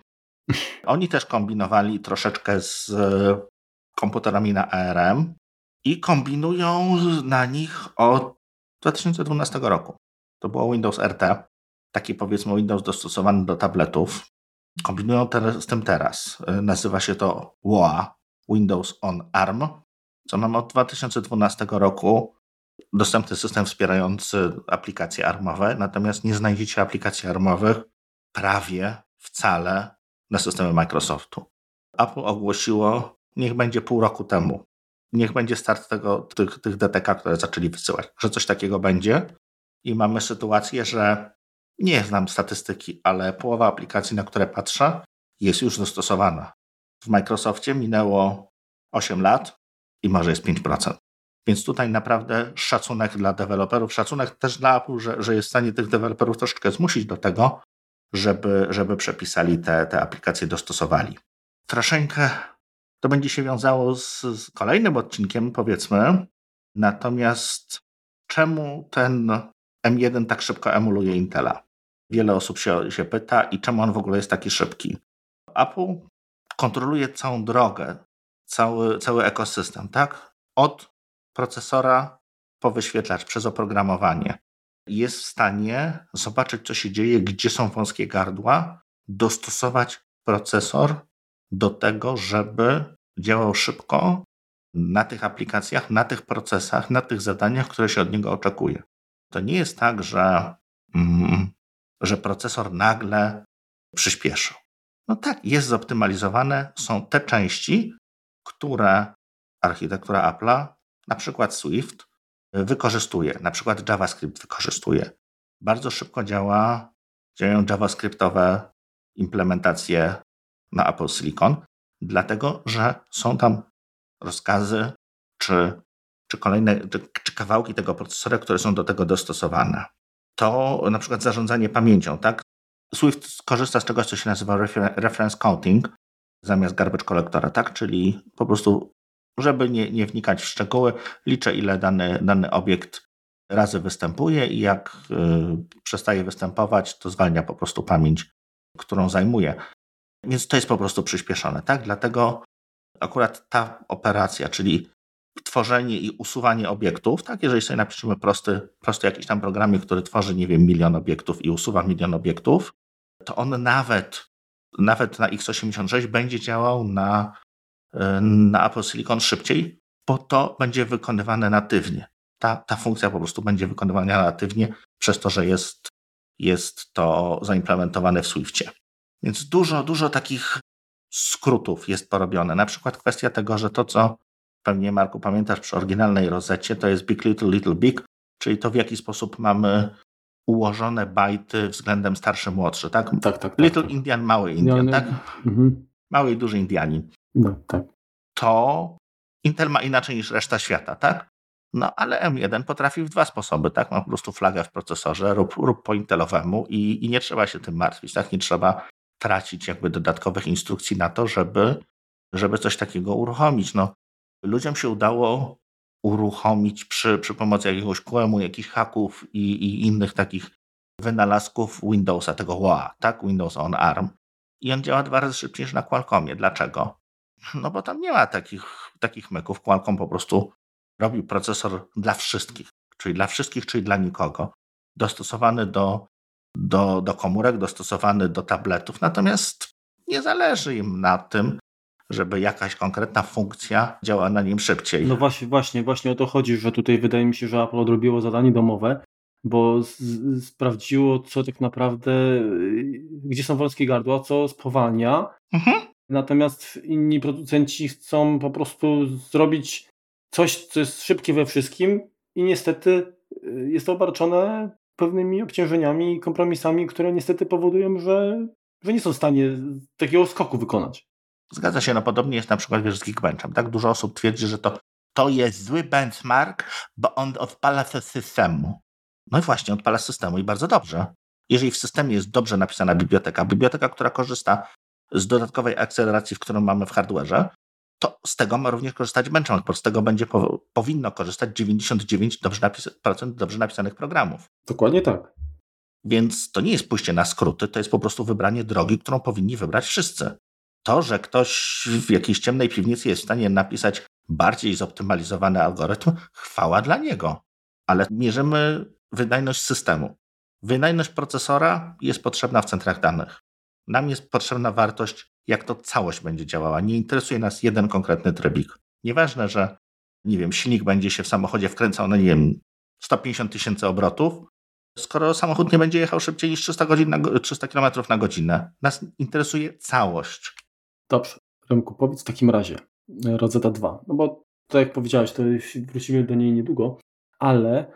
Oni też kombinowali troszeczkę z komputerami na A R M i kombinują na nich od dwa tysiące dwunastego roku. To było Windows R T, taki powiedzmy Windows dostosowany do tabletów. Kombinują te, z tym teraz. Nazywa się to W O A, Windows on A R M, co mam od dwa tysiące dwunastego roku dostępny system wspierający aplikacje armowe, natomiast nie znajdziecie aplikacji armowych prawie wcale na systemie Microsoftu. Apple ogłosiło, niech będzie pół roku temu, niech będzie start tego, tych, tych D T K, które zaczęli wysyłać, że coś takiego będzie i mamy sytuację, że nie znam statystyki, ale połowa aplikacji, na które patrzę, jest już dostosowana. W Microsoftie minęło osiem lat i może jest pięć procent. Więc tutaj naprawdę szacunek dla deweloperów, szacunek też dla Apple, że, że jest w stanie tych deweloperów troszeczkę zmusić do tego, żeby, żeby przepisali te, te aplikacje, dostosowali. Troszeczkę to będzie się wiązało z, z kolejnym odcinkiem, powiedzmy. Natomiast czemu ten M jeden tak szybko emuluje Intela? Wiele osób się, się pyta i czemu on w ogóle jest taki szybki. Apple kontroluje całą drogę, cały, cały ekosystem, tak? Od procesora po wyświetlacz, przez oprogramowanie. Jest w stanie zobaczyć, co się dzieje, gdzie są wąskie gardła, dostosować procesor do tego, żeby działał szybko na tych aplikacjach, na tych procesach, na tych zadaniach, które się od niego oczekuje. To nie jest tak, że, mm, że procesor nagle przyspieszył. No tak, jest zoptymalizowane, są te części, które architektura Apple'a, na przykład Swift, wykorzystuje, na przykład JavaScript wykorzystuje. Bardzo szybko działa, działają JavaScriptowe implementacje na Apple Silicon, dlatego że są tam rozkazy czy, czy kolejne czy, czy kawałki tego procesora, które są do tego dostosowane. To na przykład zarządzanie pamięcią, tak? Swift korzysta z czegoś, co się nazywa refer- reference counting zamiast garbage collectora, tak? Czyli po prostu, żeby nie, nie wnikać w szczegóły, liczę, ile dany, dany obiekt razy występuje i jak y, przestaje występować, to zwalnia po prostu pamięć, którą zajmuje. Więc to jest po prostu przyspieszone, tak? Dlatego akurat ta operacja, czyli tworzenie i usuwanie obiektów, tak? Jeżeli sobie napiszemy prosty, prosty jakiś tam programik, który tworzy, nie wiem, milion obiektów i usuwa milion obiektów, to on nawet, nawet na X osiemdziesiąt sześć będzie działał na, na Apple Silicon szybciej, bo to będzie wykonywane natywnie. Ta, ta funkcja po prostu będzie wykonywana natywnie przez to, że jest, jest to zaimplementowane w Swiftie. Więc dużo, dużo takich skrótów jest porobione. Na przykład kwestia tego, że to, co pewnie, Marku, pamiętasz przy oryginalnej rozecie, to jest big, little, little, big, czyli to, w jaki sposób mamy ułożone bajty względem starszy, młodszy, tak? Tak, tak. Little tak, Indian, mały Indian, no, tak? Mhm. Mały i duży Indianin. No, tak. To Intel ma inaczej niż reszta świata, tak? No, ale M jeden potrafi w dwa sposoby, tak? Ma po prostu flagę w procesorze, rób, rób po intelowemu i, i nie trzeba się tym martwić, tak? Nie trzeba tracić jakby dodatkowych instrukcji na to, żeby, żeby coś takiego uruchomić. No, ludziom się udało uruchomić przy, przy pomocy jakiegoś Q E M-u, jakichś haków i, i innych takich wynalazków Windowsa, tego W O A, tak? Windows on A R M. I on działa dwa razy szybciej niż na Qualcommie. Dlaczego? No bo tam nie ma takich, takich myków. Qualcomm po prostu robi procesor dla wszystkich, czyli dla wszystkich, czyli dla nikogo. Dostosowany do, do, do komórek, dostosowany do tabletów. Natomiast nie zależy im na tym, żeby jakaś konkretna funkcja działała na nim szybciej. No właśnie, właśnie, właśnie o to chodzi, że tutaj wydaje mi się, że Apple odrobiło zadanie domowe, bo z, z, sprawdziło, co tak naprawdę, gdzie są wąskie gardła, co spowalnia. Mhm. Natomiast inni producenci chcą po prostu zrobić coś, co jest szybkie we wszystkim i niestety jest to obarczone pewnymi obciążeniami i kompromisami, które niestety powodują, że, że nie są w stanie takiego skoku wykonać. Zgadza się, no podobnie jest na przykład wiesz, z Geekbenchem. Tak? Dużo osób twierdzi, że to to jest zły benchmark, bo on odpala z systemu. No i właśnie, odpala z systemu i bardzo dobrze. Jeżeli w systemie jest dobrze napisana biblioteka, biblioteka, która korzysta z dodatkowej akceleracji, w którą mamy w hardware'ze, to z tego ma również korzystać benchmark, bo z tego będzie po, powinno korzystać dziewięćdziesiąt dziewięć procent dobrze, napis- procent dobrze napisanych programów. Dokładnie tak. Więc to nie jest pójście na skróty, to jest po prostu wybranie drogi, którą powinni wybrać wszyscy. To, że ktoś w jakiejś ciemnej piwnicy jest w stanie napisać bardziej zoptymalizowany algorytm, chwała dla niego. Ale mierzymy wydajność systemu. Wydajność procesora jest potrzebna w centrach danych. Nam jest potrzebna wartość, jak to całość będzie działała. Nie interesuje nas jeden konkretny trybik. Nieważne, że nie wiem, silnik będzie się w samochodzie wkręcał na, nie wiem, sto pięćdziesiąt tysięcy obrotów, skoro samochód nie będzie jechał szybciej niż trzysta, godzin na, trzysta kilometrów na godzinę. Nas interesuje całość. Dobrze, Remku, powiedz w takim razie Rosetta dwa, no bo tak jak powiedziałeś, to wrócimy do niej niedługo, ale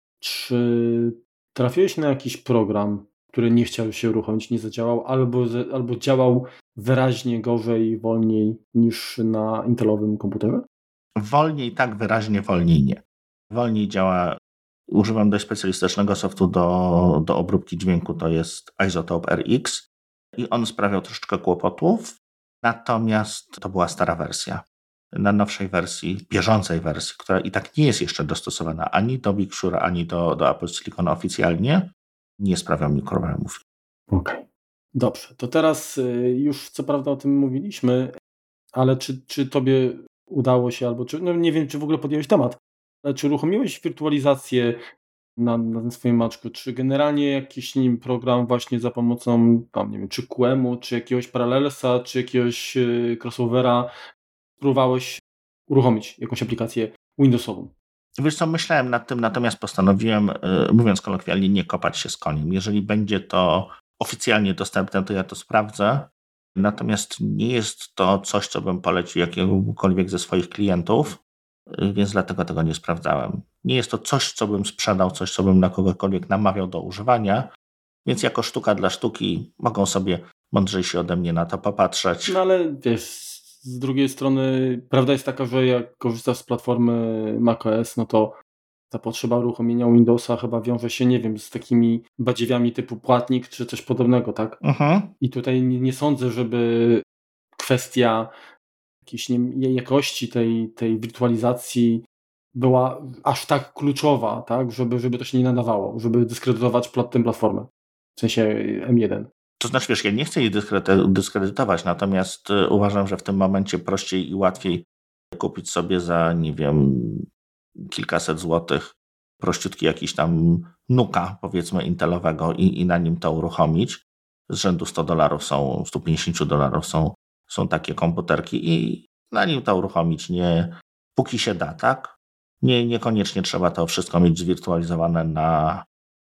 czy trafiłeś na jakiś program, który nie chciał się uruchomić, nie zadziałał, albo, albo działał wyraźnie gorzej, wolniej niż na intelowym komputerze? Wolniej tak, wyraźnie wolniej nie. Wolniej działa, używam dość specjalistycznego softu do, do obróbki dźwięku, to jest Isotope R X i on sprawiał troszeczkę kłopotów, natomiast to była stara wersja. Na nowszej wersji, bieżącej wersji, która i tak nie jest jeszcze dostosowana ani do Big Sur, ani do, do Apple Silicon oficjalnie, nie sprawia mi problemów. Okej, okay. Dobrze. To teraz już co prawda o tym mówiliśmy, ale czy, czy tobie udało się, albo czy, no nie wiem, czy w ogóle podjąłeś temat, ale czy uruchomiłeś wirtualizację na, na swoim Maczku, czy generalnie jakiś nim program właśnie za pomocą, tam nie wiem, czy Q E M-u, czy jakiegoś Parallelsa, czy jakiegoś crossovera próbowałeś uruchomić jakąś aplikację Windowsową? Wiesz co, myślałem nad tym, natomiast postanowiłem, mówiąc kolokwialnie, nie kopać się z koniem. Jeżeli będzie to oficjalnie dostępne, to ja to sprawdzę. Natomiast nie jest to coś, co bym polecił jakiegokolwiek ze swoich klientów, więc dlatego tego nie sprawdzałem. Nie jest to coś, co bym sprzedał, coś, co bym na kogokolwiek namawiał do używania, więc jako sztuka dla sztuki mogą sobie mądrzejsi ode mnie na to popatrzeć. No ale wiesz, z drugiej strony prawda jest taka, że jak korzystasz z platformy macOS, no to ta potrzeba uruchomienia Windowsa chyba wiąże się, nie wiem, z takimi badziewiami typu płatnik czy coś podobnego, tak? Mhm. I tutaj nie, nie sądzę, żeby kwestia jakiejś nie, jakości tej, tej wirtualizacji była aż tak kluczowa, tak? Żeby, żeby to się nie nadawało, żeby dyskredytować plat, tę platformę, w sensie M jeden. To znaczy, wiesz, ja nie chcę jej dyskredytować, natomiast uważam, że w tym momencie prościej i łatwiej kupić sobie za, nie wiem, kilkaset złotych prościutki jakiś tam nuka, powiedzmy, intelowego i, i na nim to uruchomić. Z rzędu sto dolarów są, sto pięćdziesiąt dolarów są, są takie komputerki i na nim to uruchomić, nie, póki się da, tak? Nie, niekoniecznie trzeba to wszystko mieć zwirtualizowane na,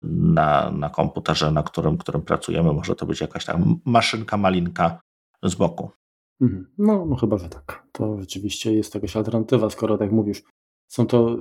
na, na komputerze, na którym, którym pracujemy. Może to być jakaś tam maszynka, malinka z boku. No, no chyba, że tak. To rzeczywiście jest jakaś alternatywa, skoro tak mówisz, są to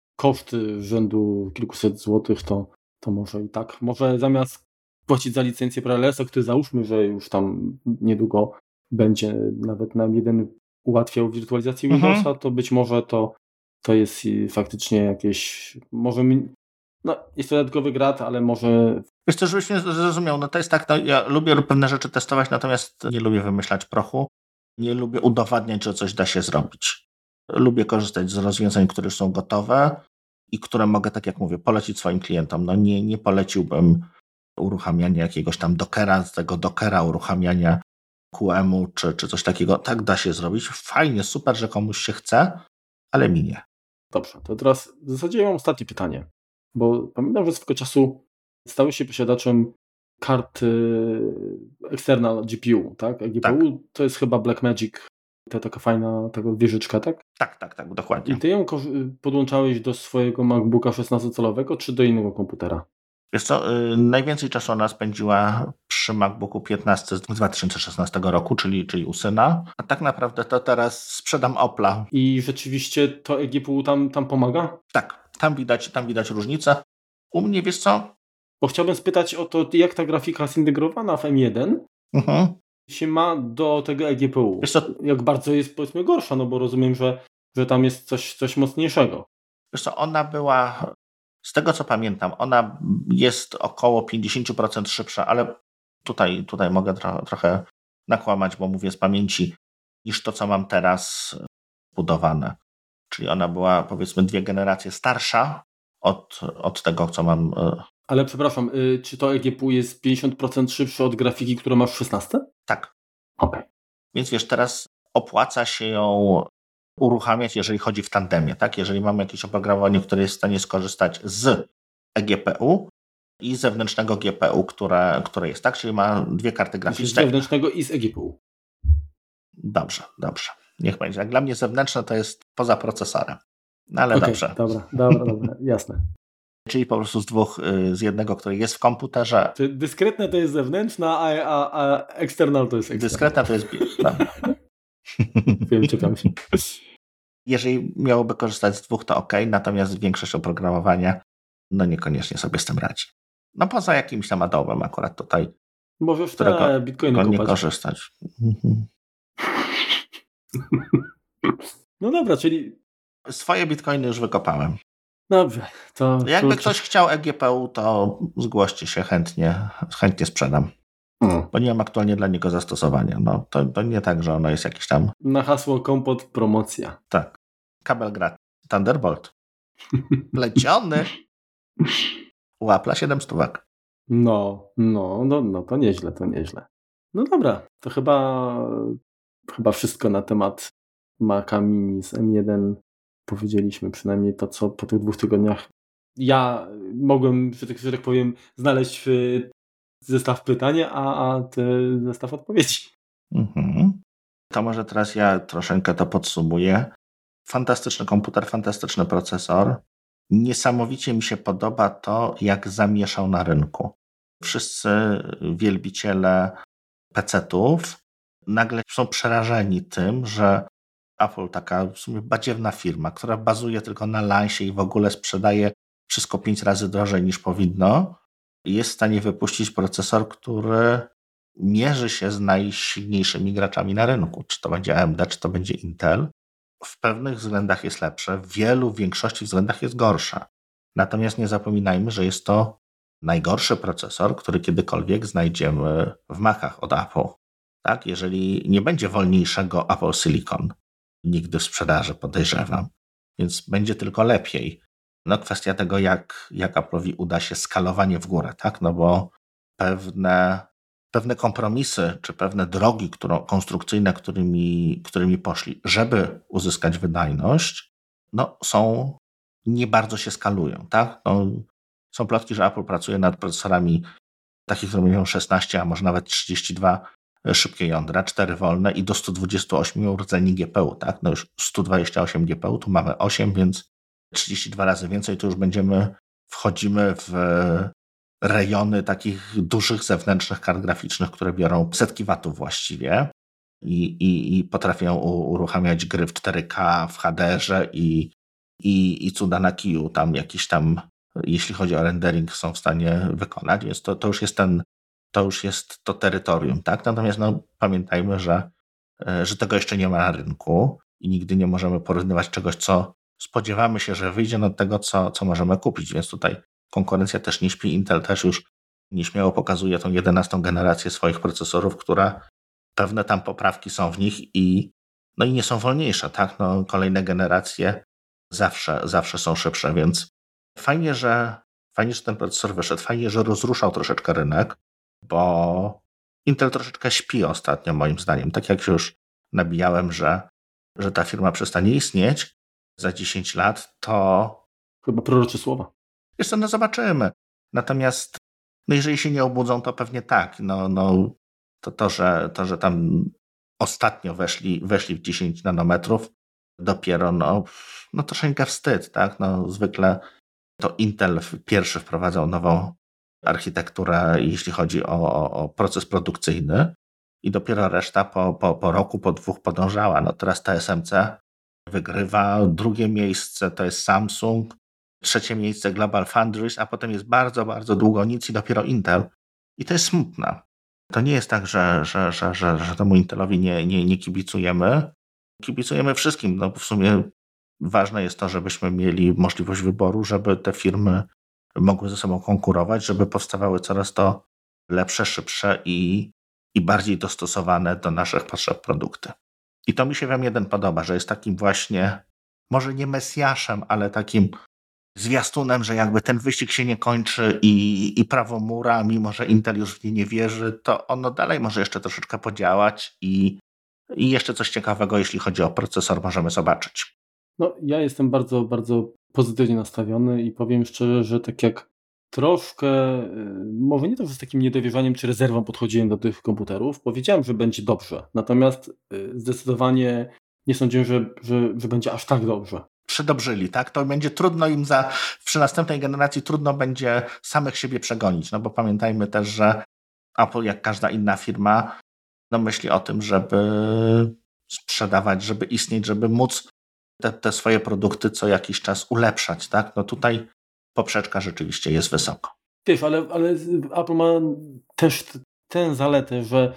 koszty rzędu kilkuset złotych, to, to może i tak. Może zamiast płacić za licencję Parallelsa, który załóżmy, że już tam niedługo będzie nawet nam jeden ułatwiał wirtualizację Windowsa, mhm. to być może to, to jest faktycznie jakieś, może no, jest to dodatkowy grat, ale może... Wiesz co, żebyś mnie zrozumiał, no to jest tak, no, ja lubię pewne rzeczy testować, natomiast nie lubię wymyślać prochu, nie lubię udowadniać, że coś da się zrobić. Lubię korzystać z rozwiązań, które już są gotowe i które mogę, tak jak mówię, polecić swoim klientom. No nie, nie poleciłbym uruchamiania jakiegoś tam dockera, z tego dockera uruchamiania Q E M-u czy, czy coś takiego. Tak da się zrobić. Fajnie, super, że komuś się chce, ale mi nie. Dobrze, to teraz w zasadzie mam ostatnie pytanie, bo pamiętam, że swego czasu stałeś się posiadaczem kart external G P U, tak? G P U tak. To jest chyba Blackmagic, ta taka fajna taka wieżyczka, tak? Tak, tak, tak, dokładnie. I ty ją podłączałeś do swojego MacBooka szesnastocalowego czy do innego komputera? Wiesz co, yy, najwięcej czasu ona spędziła przy MacBooku piętnaście z dwa tysiące szesnastego roku, czyli, czyli u syna, a tak naprawdę to teraz sprzedam Opla. I rzeczywiście to G P U tam, tam pomaga? Tak, tam widać, tam widać różnicę. U mnie, wiesz co? Bo chciałbym spytać o to, jak ta grafika zintegrowana w M jeden mhm. się ma do tego E G P U. Wiesz co? Jak bardzo jest, powiedzmy, gorsza, no bo rozumiem, że że tam jest coś, coś mocniejszego. Wiesz co, ona była, z tego co pamiętam, ona jest około pięćdziesiąt procent szybsza, ale tutaj, tutaj mogę tro, trochę nakłamać, bo mówię z pamięci, niż to, co mam teraz budowane. Czyli ona była, powiedzmy, dwie generacje starsza od, od tego, co mam. Ale przepraszam, y, czy to E G P U jest pięćdziesiąt procent szybsze od grafiki, którą masz w szesnastce? Tak. Okej. Okay. Więc wiesz, teraz opłaca się ją uruchamiać, jeżeli chodzi w tandemie, tak? Jeżeli mamy jakieś oprogramowanie, które jest w stanie skorzystać z E G P U i zewnętrznego G P U, które, które jest, tak? Czyli ma dwie karty graficzne. Z zewnętrznego i z E G P U. Dobrze, dobrze. Niech będzie. Jak dla mnie zewnętrzne to jest poza procesorem. No ale okay, dobrze. Dobra, dobra, dobra, jasne. Czyli po prostu z dwóch, z jednego, który jest w komputerze. Czyli dyskretne to jest zewnętrzna, a, a, a external to jest external. Dyskretna to jest... Wiem, czekam się. Jeżeli miałoby korzystać z dwóch, to ok, natomiast większość oprogramowania no niekoniecznie sobie z tym radzi. No poza jakimś tam Adobe'em akurat tutaj. Możesz te bitcoiny nie korzystać. No dobra, czyli... Swoje bitcoiny już wykopałem. Dobrze. To Jakby kurczę. ktoś chciał E G P U, to zgłoście się, chętnie, chętnie sprzedam. Hmm. Bo nie mam aktualnie dla niego zastosowania. No, to, to nie tak, że ono jest jakieś tam... Na hasło kompot promocja. Tak. Kabel gratis. Thunderbolt. Pleciony. Łapla siedem stówek. No, no, no, no, to nieźle, to nieźle. No dobra, to chyba chyba wszystko na temat Maca Mini z M jeden powiedzieliśmy, przynajmniej to, co po tych dwóch tygodniach ja mogłem, że tak, że tak powiem, znaleźć zestaw pytań, a, a ty zestaw odpowiedzi. Mhm. To może teraz ja troszeczkę to podsumuję. Fantastyczny komputer, fantastyczny procesor. Niesamowicie mi się podoba to, jak zamieszał na rynku. Wszyscy wielbiciele pecetów nagle są przerażeni tym, że Apple, taka w sumie badziewna firma, która bazuje tylko na lansie i w ogóle sprzedaje wszystko pięć razy drożej niż powinno, jest w stanie wypuścić procesor, który mierzy się z najsilniejszymi graczami na rynku. Czy to będzie A M D, czy to będzie Intel. W pewnych względach jest lepsze, w wielu, w większości względach jest gorsza. Natomiast nie zapominajmy, że jest to najgorszy procesor, który kiedykolwiek znajdziemy w Macach od Apple. Tak? Jeżeli nie będzie wolniejszego Apple Silicon nigdy w sprzedaży, podejrzewam, więc będzie tylko lepiej. No kwestia tego, jak, jak Apple'owi uda się skalowanie w górę, tak? No bo pewne, pewne kompromisy, czy pewne drogi którą, konstrukcyjne, którymi, którymi poszli, żeby uzyskać wydajność, no są, nie bardzo się skalują, tak? No, są plotki, że Apple pracuje nad procesorami takich, które mają szesnaście, a może nawet trzydzieści dwa szybkie jądra, cztery wolne i do stu dwudziestu ośmiu rdzeni G P U, tak? No już sto dwadzieścia osiem G P U, tu mamy osiem, więc trzydzieści dwa razy więcej, to już będziemy, wchodzimy w rejony takich dużych zewnętrznych kart graficznych, które biorą setki watów właściwie i, i, i potrafią uruchamiać gry w cztery K, w H D R-ze i, i, i cuda na kiju tam jakiś tam, jeśli chodzi o rendering, są w stanie wykonać, więc to, to już jest ten, to już jest to terytorium, tak? Natomiast no, pamiętajmy, że, że tego jeszcze nie ma na rynku i nigdy nie możemy porównywać czegoś, co spodziewamy się, że wyjdzie od tego, co, co możemy kupić, więc tutaj konkurencja też nie śpi. Intel też już nieśmiało pokazuje tą jedenastą generację swoich procesorów, która pewne tam poprawki są w nich i no i nie są wolniejsze, tak? No, kolejne generacje zawsze, zawsze są szybsze, więc fajnie, że fajnie, że ten procesor wyszedł, fajnie, że rozruszał troszeczkę rynek, bo Intel troszeczkę śpi ostatnio moim zdaniem. Tak jak już nabijałem, że, że ta firma przestanie istnieć za dziesięć lat, to... Chyba prorocze słowa. Wiesz co, no zobaczymy. Natomiast no jeżeli się nie obudzą, to pewnie tak. No, no, to, to, że, to, że tam ostatnio weszli, weszli w dziesięć nanometrów, dopiero no, no troszeczkę wstyd, tak? No, zwykle to Intel pierwszy wprowadzał nową architekturę, jeśli chodzi o, o proces produkcyjny i dopiero reszta po, po, po roku, po dwóch podążała. No teraz T S M C wygrywa, drugie miejsce to jest Samsung, trzecie miejsce Global Foundries, a potem jest bardzo, bardzo długo nic i dopiero Intel. I to jest smutne. To nie jest tak, że, że, że, że, że temu Intelowi nie, nie, nie kibicujemy. Kibicujemy wszystkim. No w sumie ważne jest to, żebyśmy mieli możliwość wyboru, żeby te firmy mogły ze sobą konkurować, żeby powstawały coraz to lepsze, szybsze i, i bardziej dostosowane do naszych potrzeb produkty. I to mi się w M jeden podoba, że jest takim właśnie, może nie mesjaszem, ale takim zwiastunem, że jakby ten wyścig się nie kończy i, i prawo mura, mimo że Intel już w nie nie wierzy, to ono dalej może jeszcze troszeczkę podziałać i, i jeszcze coś ciekawego, jeśli chodzi o procesor, możemy zobaczyć. No, ja jestem bardzo, bardzo pozytywnie nastawiony i powiem szczerze, że tak jak troszkę, może nie to, że z takim niedowierzaniem czy rezerwą podchodziłem do tych komputerów, bo wiedziałem, że będzie dobrze. Natomiast zdecydowanie nie sądziłem, że, że, że będzie aż tak dobrze. Przedobrzyli, tak? To będzie trudno im za, przy następnej generacji trudno będzie samych siebie przegonić, no bo pamiętajmy też, że Apple, jak każda inna firma, no myśli o tym, żeby sprzedawać, żeby istnieć, żeby móc te, te swoje produkty co jakiś czas ulepszać, tak? No tutaj poprzeczka rzeczywiście jest wysoko. Wiesz, ale, ale Apple ma też tę zaletę, że,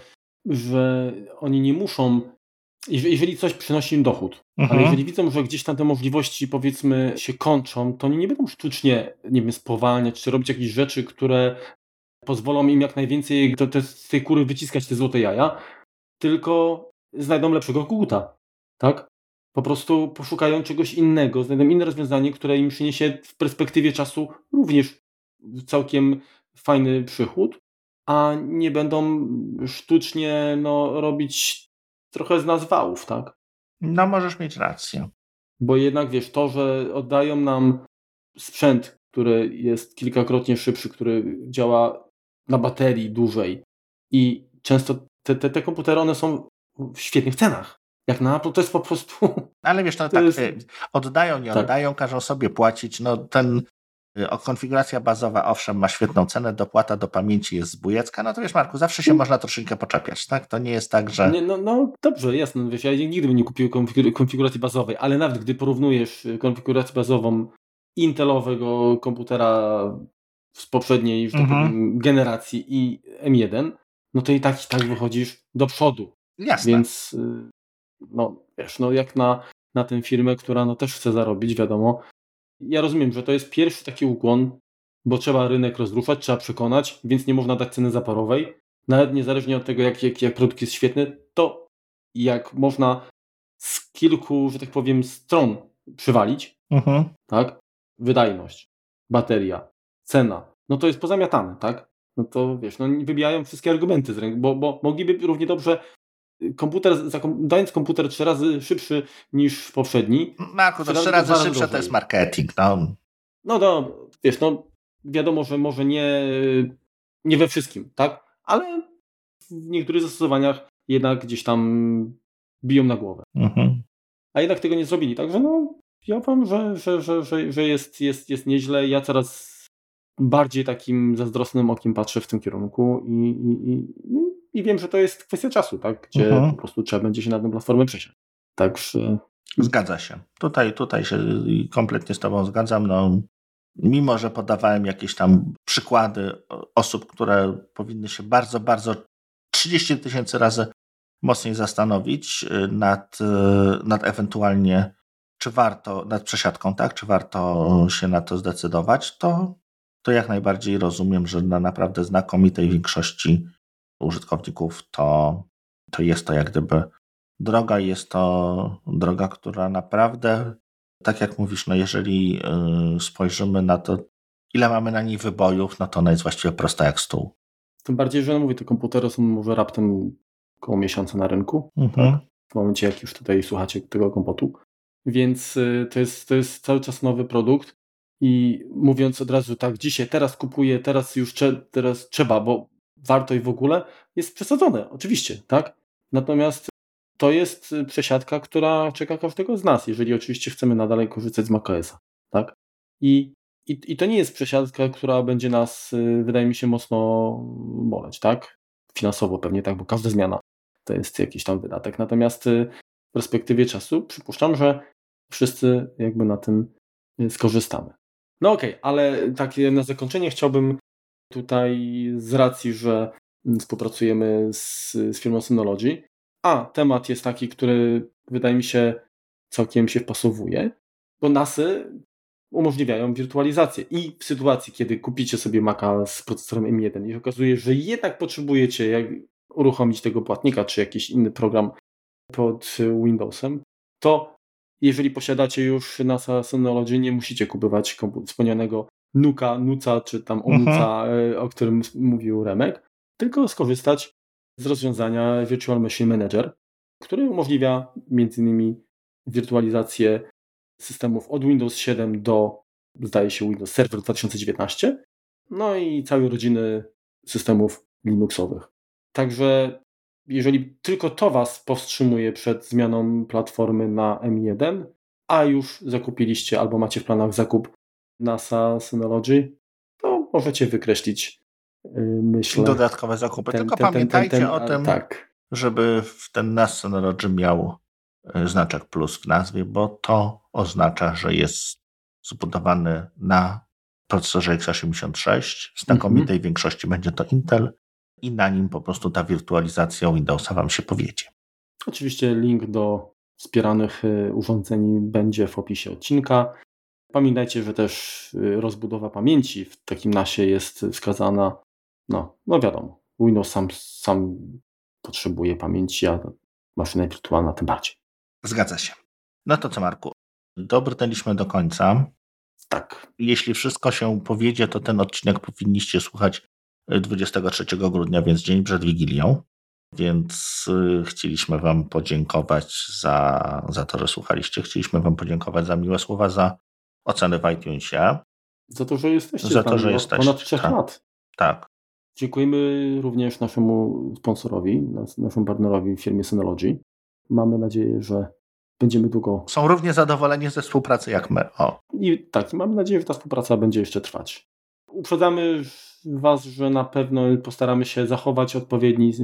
że oni nie muszą, jeżeli coś przynosi im dochód, mhm. ale jeżeli widzą, że gdzieś tam te możliwości, powiedzmy, się kończą, to oni nie będą sztucznie, nie wiem, spowalniać, czy robić jakieś rzeczy, które pozwolą im jak najwięcej to, to, z tej kury wyciskać te złote jaja, tylko znajdą lepszego koguta, tak? Po prostu poszukają czegoś innego, znajdą inne rozwiązanie, które im przyniesie w perspektywie czasu również całkiem fajny przychód, a nie będą sztucznie no, robić trochę z nas wałów, tak? No możesz mieć rację. Bo jednak wiesz, to, że oddają nam sprzęt, który jest kilkakrotnie szybszy, który działa na baterii dłużej i często te, te, te komputery, one są w świetnych cenach. Jak na Apple to jest po prostu... Ale wiesz, no tak, jest... oddają, nie tak. oddają, każą sobie płacić. No ten o, konfiguracja bazowa, owszem, ma świetną cenę, dopłata do pamięci jest zbójecka, no to wiesz, Marku, zawsze się hmm. można troszeczkę poczepiać, tak? To nie jest tak, że... Nie, no, no dobrze, jasne, wiesz, ja nigdy bym nie kupił konfiguracji bazowej, ale nawet gdy porównujesz konfigurację bazową Intelowego komputera z poprzedniej że tak mhm. powiem, generacji i M jeden, no to i tak i tak wychodzisz do przodu. Jasne. Więc no wiesz, no jak na, na tę firmę, która no też chce zarobić, wiadomo. Ja rozumiem, że to jest pierwszy taki ukłon, bo trzeba rynek rozruszać, trzeba przekonać, więc nie można dać ceny zaparowej. Nawet niezależnie od tego, jak, jak, jak produkt jest świetny, to jak można z kilku, że tak powiem, stron przywalić, mhm. tak? Wydajność, bateria, cena, no to jest pozamiatane, tak? No to wiesz, no wybijają wszystkie argumenty z ręki, bo, bo mogliby równie dobrze komputer, dając komputer trzy razy szybszy niż poprzedni. Marku, to trzy razy szybsze drożej. To jest marketing, no. No to, wiesz, no wiadomo, że może nie, nie we wszystkim, tak? Ale w niektórych zastosowaniach jednak gdzieś tam biją na głowę. Mhm. A jednak tego nie zrobili, także no ja powiem, że, że, że, że, że jest, jest, jest nieźle. Ja coraz bardziej takim zazdrosnym okiem patrzę w tym kierunku i, i, i, i wiem, że to jest kwestia czasu, tak? Gdzie mhm. po prostu trzeba będzie się na tę platformę przesiąść. Także... Zgadza się. Tutaj, tutaj się kompletnie z tobą zgadzam. No, mimo, że podawałem jakieś tam przykłady osób, które powinny się bardzo, bardzo trzydzieści tysięcy razy mocniej zastanowić nad, nad ewentualnie, czy warto, nad przesiadką, tak? Czy warto się na to zdecydować, to, to jak najbardziej rozumiem, że dla naprawdę znakomitej większości użytkowników to, to jest to jak gdyby droga, jest to droga, która naprawdę, tak jak mówisz, no jeżeli spojrzymy na to, ile mamy na niej wybojów, no to ona jest właściwie prosta jak stół. Tym bardziej, że no mówię, te komputery są może raptem około miesiąca na rynku, mhm. tak? W momencie, jak już tutaj słuchacie tego kompotu. Więc to jest, to jest cały czas nowy produkt i mówiąc od razu tak, dzisiaj, teraz kupuję, teraz już cze- teraz trzeba, bo warto i w ogóle, jest przesadzone, oczywiście, tak? Natomiast to jest przesiadka, która czeka każdego z nas, jeżeli oczywiście chcemy nadal korzystać z macOSa, tak? I, i, I to nie jest przesiadka, która będzie nas, wydaje mi się, mocno boleć, tak? Finansowo pewnie tak, bo każda zmiana to jest jakiś tam wydatek. Natomiast w perspektywie czasu przypuszczam, że wszyscy jakby na tym skorzystamy. No okej, okay, ale tak na zakończenie chciałbym tutaj z racji, że współpracujemy z, z firmą Synology, a temat jest taki, który wydaje mi się całkiem się wpasowuje, bo nasy umożliwiają wirtualizację i w sytuacji, kiedy kupicie sobie Maca z procesorem M jeden i okazuje, że jednak potrzebujecie jak uruchomić tego płatnika, czy jakiś inny program pod Windowsem, to jeżeli posiadacie już NASA Synology, nie musicie kupować wspomnianego Nuka, Nuca, czy tam Onuca, mhm. o którym mówił Remek, tylko skorzystać z rozwiązania Virtual Machine Manager, który umożliwia między innymi wirtualizację systemów od Windows siedem do, zdaje się, Windows Server dwa tysiące dziewiętnaście, no i całej rodziny systemów Linuxowych. Także jeżeli tylko to Was powstrzymuje przed zmianą platformy na M jeden, a już zakupiliście albo macie w planach zakup NASA Synology, to możecie wykreślić, myślę, dodatkowe zakupy. Ten, tylko ten, pamiętajcie ten, ten, ten, o tym, tak. żeby ten nas Synology miał znaczek plus w nazwie, bo to oznacza, że jest zbudowany na procesorze X osiemdziesiąt sześć. W znakomitej mm-hmm. większości będzie to Intel i na nim po prostu ta wirtualizacja Windowsa Wam się powiedzie. Oczywiście link do wspieranych urządzeń będzie w opisie odcinka. Pamiętajcie, że też rozbudowa pamięci w takim nasie jest wskazana. No, no wiadomo, Windows sam, sam potrzebuje pamięci, a maszyna wirtualna tym bardziej. Zgadza się. No to co, Marku? Dobrnęliśmy do końca. Tak. Jeśli wszystko się powiedzie, to ten odcinek powinniście słuchać dwudziestego trzeciego grudnia, więc dzień przed Wigilią. Więc chcieliśmy Wam podziękować za, za to, że słuchaliście. Chcieliśmy Wam podziękować za miłe słowa, za oceny w iTunesie. Za to, że jesteście za to, że jesteście. Ponad trzech tak. lat. Tak. Dziękujemy również naszemu sponsorowi, naszemu partnerowi w firmie Synology. Mamy nadzieję, że będziemy długo... Są równie zadowoleni ze współpracy jak my. O. I tak, mamy nadzieję, że ta współpraca będzie jeszcze trwać. Uprzedzamy Was, że na pewno postaramy się zachować odpowiedni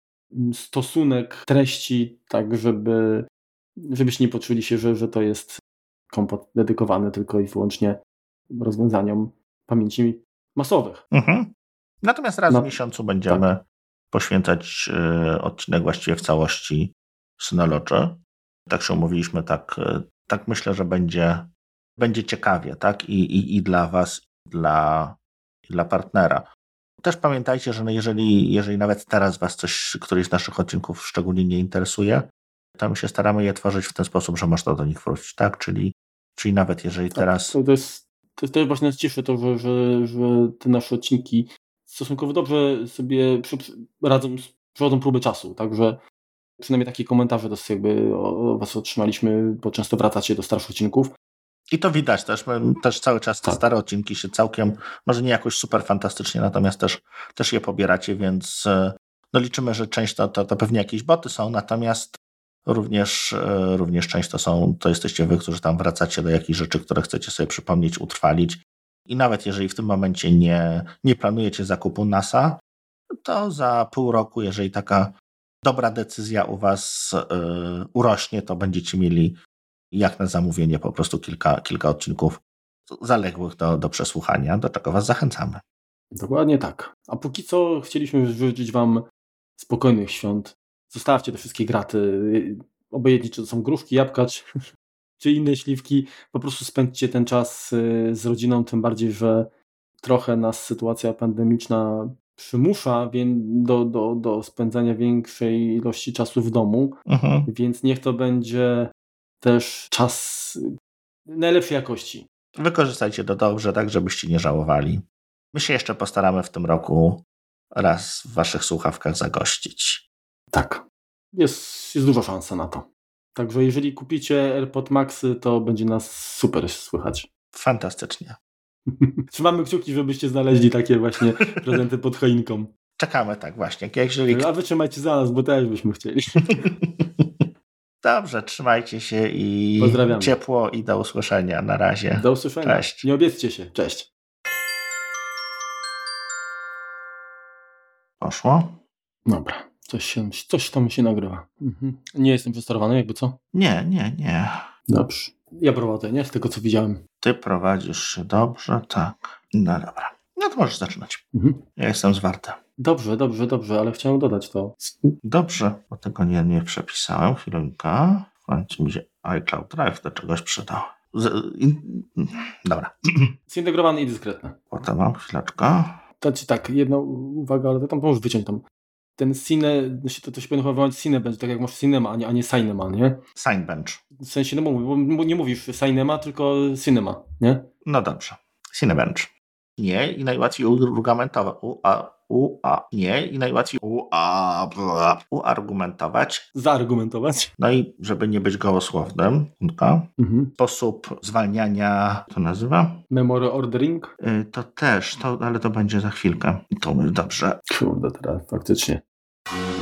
stosunek treści, tak żeby żebyście nie poczuli się, że, że to jest kompot dedykowany tylko i wyłącznie rozwiązaniom pamięci masowych. Mhm. Natomiast raz Na... w miesiącu będziemy tak. poświęcać y, odcinek właściwie w całości Synology. Tak się umówiliśmy, tak, y, tak myślę, że będzie, będzie ciekawie, tak? I, i, i dla Was, i dla, i dla partnera. Też pamiętajcie, że no jeżeli, jeżeli nawet teraz Was coś, któryś z naszych odcinków szczególnie nie interesuje, to my się staramy je tworzyć w ten sposób, że można do nich wrócić, tak? Czyli, czyli nawet jeżeli tak, teraz... To jest, to, to właśnie nas cieszy to, że, że, że te nasze odcinki stosunkowo dobrze sobie przy, radzą, przechodzą próby czasu, także przynajmniej takie komentarze dosyć jakby o Was otrzymaliśmy, bo często wracacie do starszych odcinków. I to widać też, my też cały czas te tak. stare odcinki się całkiem, może nie jakoś super fantastycznie, natomiast też, też je pobieracie, więc no liczymy, że część to, to, to pewnie jakieś boty są, natomiast również, również część to są, to jesteście wy, którzy tam wracacie do jakichś rzeczy, które chcecie sobie przypomnieć, utrwalić i nawet jeżeli w tym momencie nie, nie planujecie zakupu NASA, to za pół roku, jeżeli taka dobra decyzja u Was yy, urośnie, to będziecie mieli jak na zamówienie po prostu kilka, kilka odcinków zaległych do, do przesłuchania, do czego Was zachęcamy. Dokładnie tak. A póki co chcieliśmy życzyć Wam spokojnych świąt. Zostawcie te wszystkie graty, obojętnie czy to są gruszki, jabłka, czy, czy inne śliwki. Po prostu spędźcie ten czas z rodziną, tym bardziej, że trochę nas sytuacja pandemiczna przymusza do, do, do spędzania większej ilości czasu w domu, mhm. więc niech to będzie też czas najlepszej jakości. Wykorzystajcie to dobrze, tak żebyście nie żałowali. My się jeszcze postaramy w tym roku raz w Waszych słuchawkach zagościć. Tak. Jest, jest duża szansa na to. Także jeżeli kupicie AirPod Maxy, to będzie nas super słychać. Fantastycznie. Trzymamy kciuki, żebyście znaleźli takie właśnie prezenty pod choinką. Czekamy tak właśnie. Jeżeli... A wy trzymajcie za nas, bo też byśmy chcieli. Dobrze, trzymajcie się i pozdrawiamy. Ciepło i do usłyszenia. Na razie. Do usłyszenia. Cześć. Nie obieccie się. Cześć. Poszło? Dobra. Coś, się, coś tam się nagrywa. Mhm. Nie jestem przesterowany, jakby co? Nie, nie, nie. Dobrze. Ja prowadzę, nie? Z tego, co widziałem. Ty prowadzisz się dobrze, tak. No dobra. No to możesz zaczynać. Mhm. Ja jestem zwarty. Dobrze, dobrze, dobrze, ale chciałem dodać to. Dobrze, bo tego nie, nie przepisałem. Chwilkę. W końcu mi się iCloud Drive do czegoś przydał. Z, in, dobra. Zintegrowane i dyskretne. Potem mam chwileczkę. To ci tak, jedna uwaga, ale to tam możesz wyciąć tam. Ten cine, to, to się powinno chyba wymawiać cinebench, tak jak masz cinema, a nie, a nie cinema, nie? Cinebench. W sensie, no bo, bo nie mówisz cinema, tylko cinema, nie? No dobrze. Cinebench. Nie i najłatwiej uargumentować. U, a, u, a, nie i najłatwiej u, a, bla, uargumentować. Zaargumentować. No i żeby nie być gołosłownym, mhm. Sposób zwalniania, to nazywa? Memory ordering? Y, to też, to, ale to będzie za chwilkę. To dobrze. Kurde, teraz faktycznie.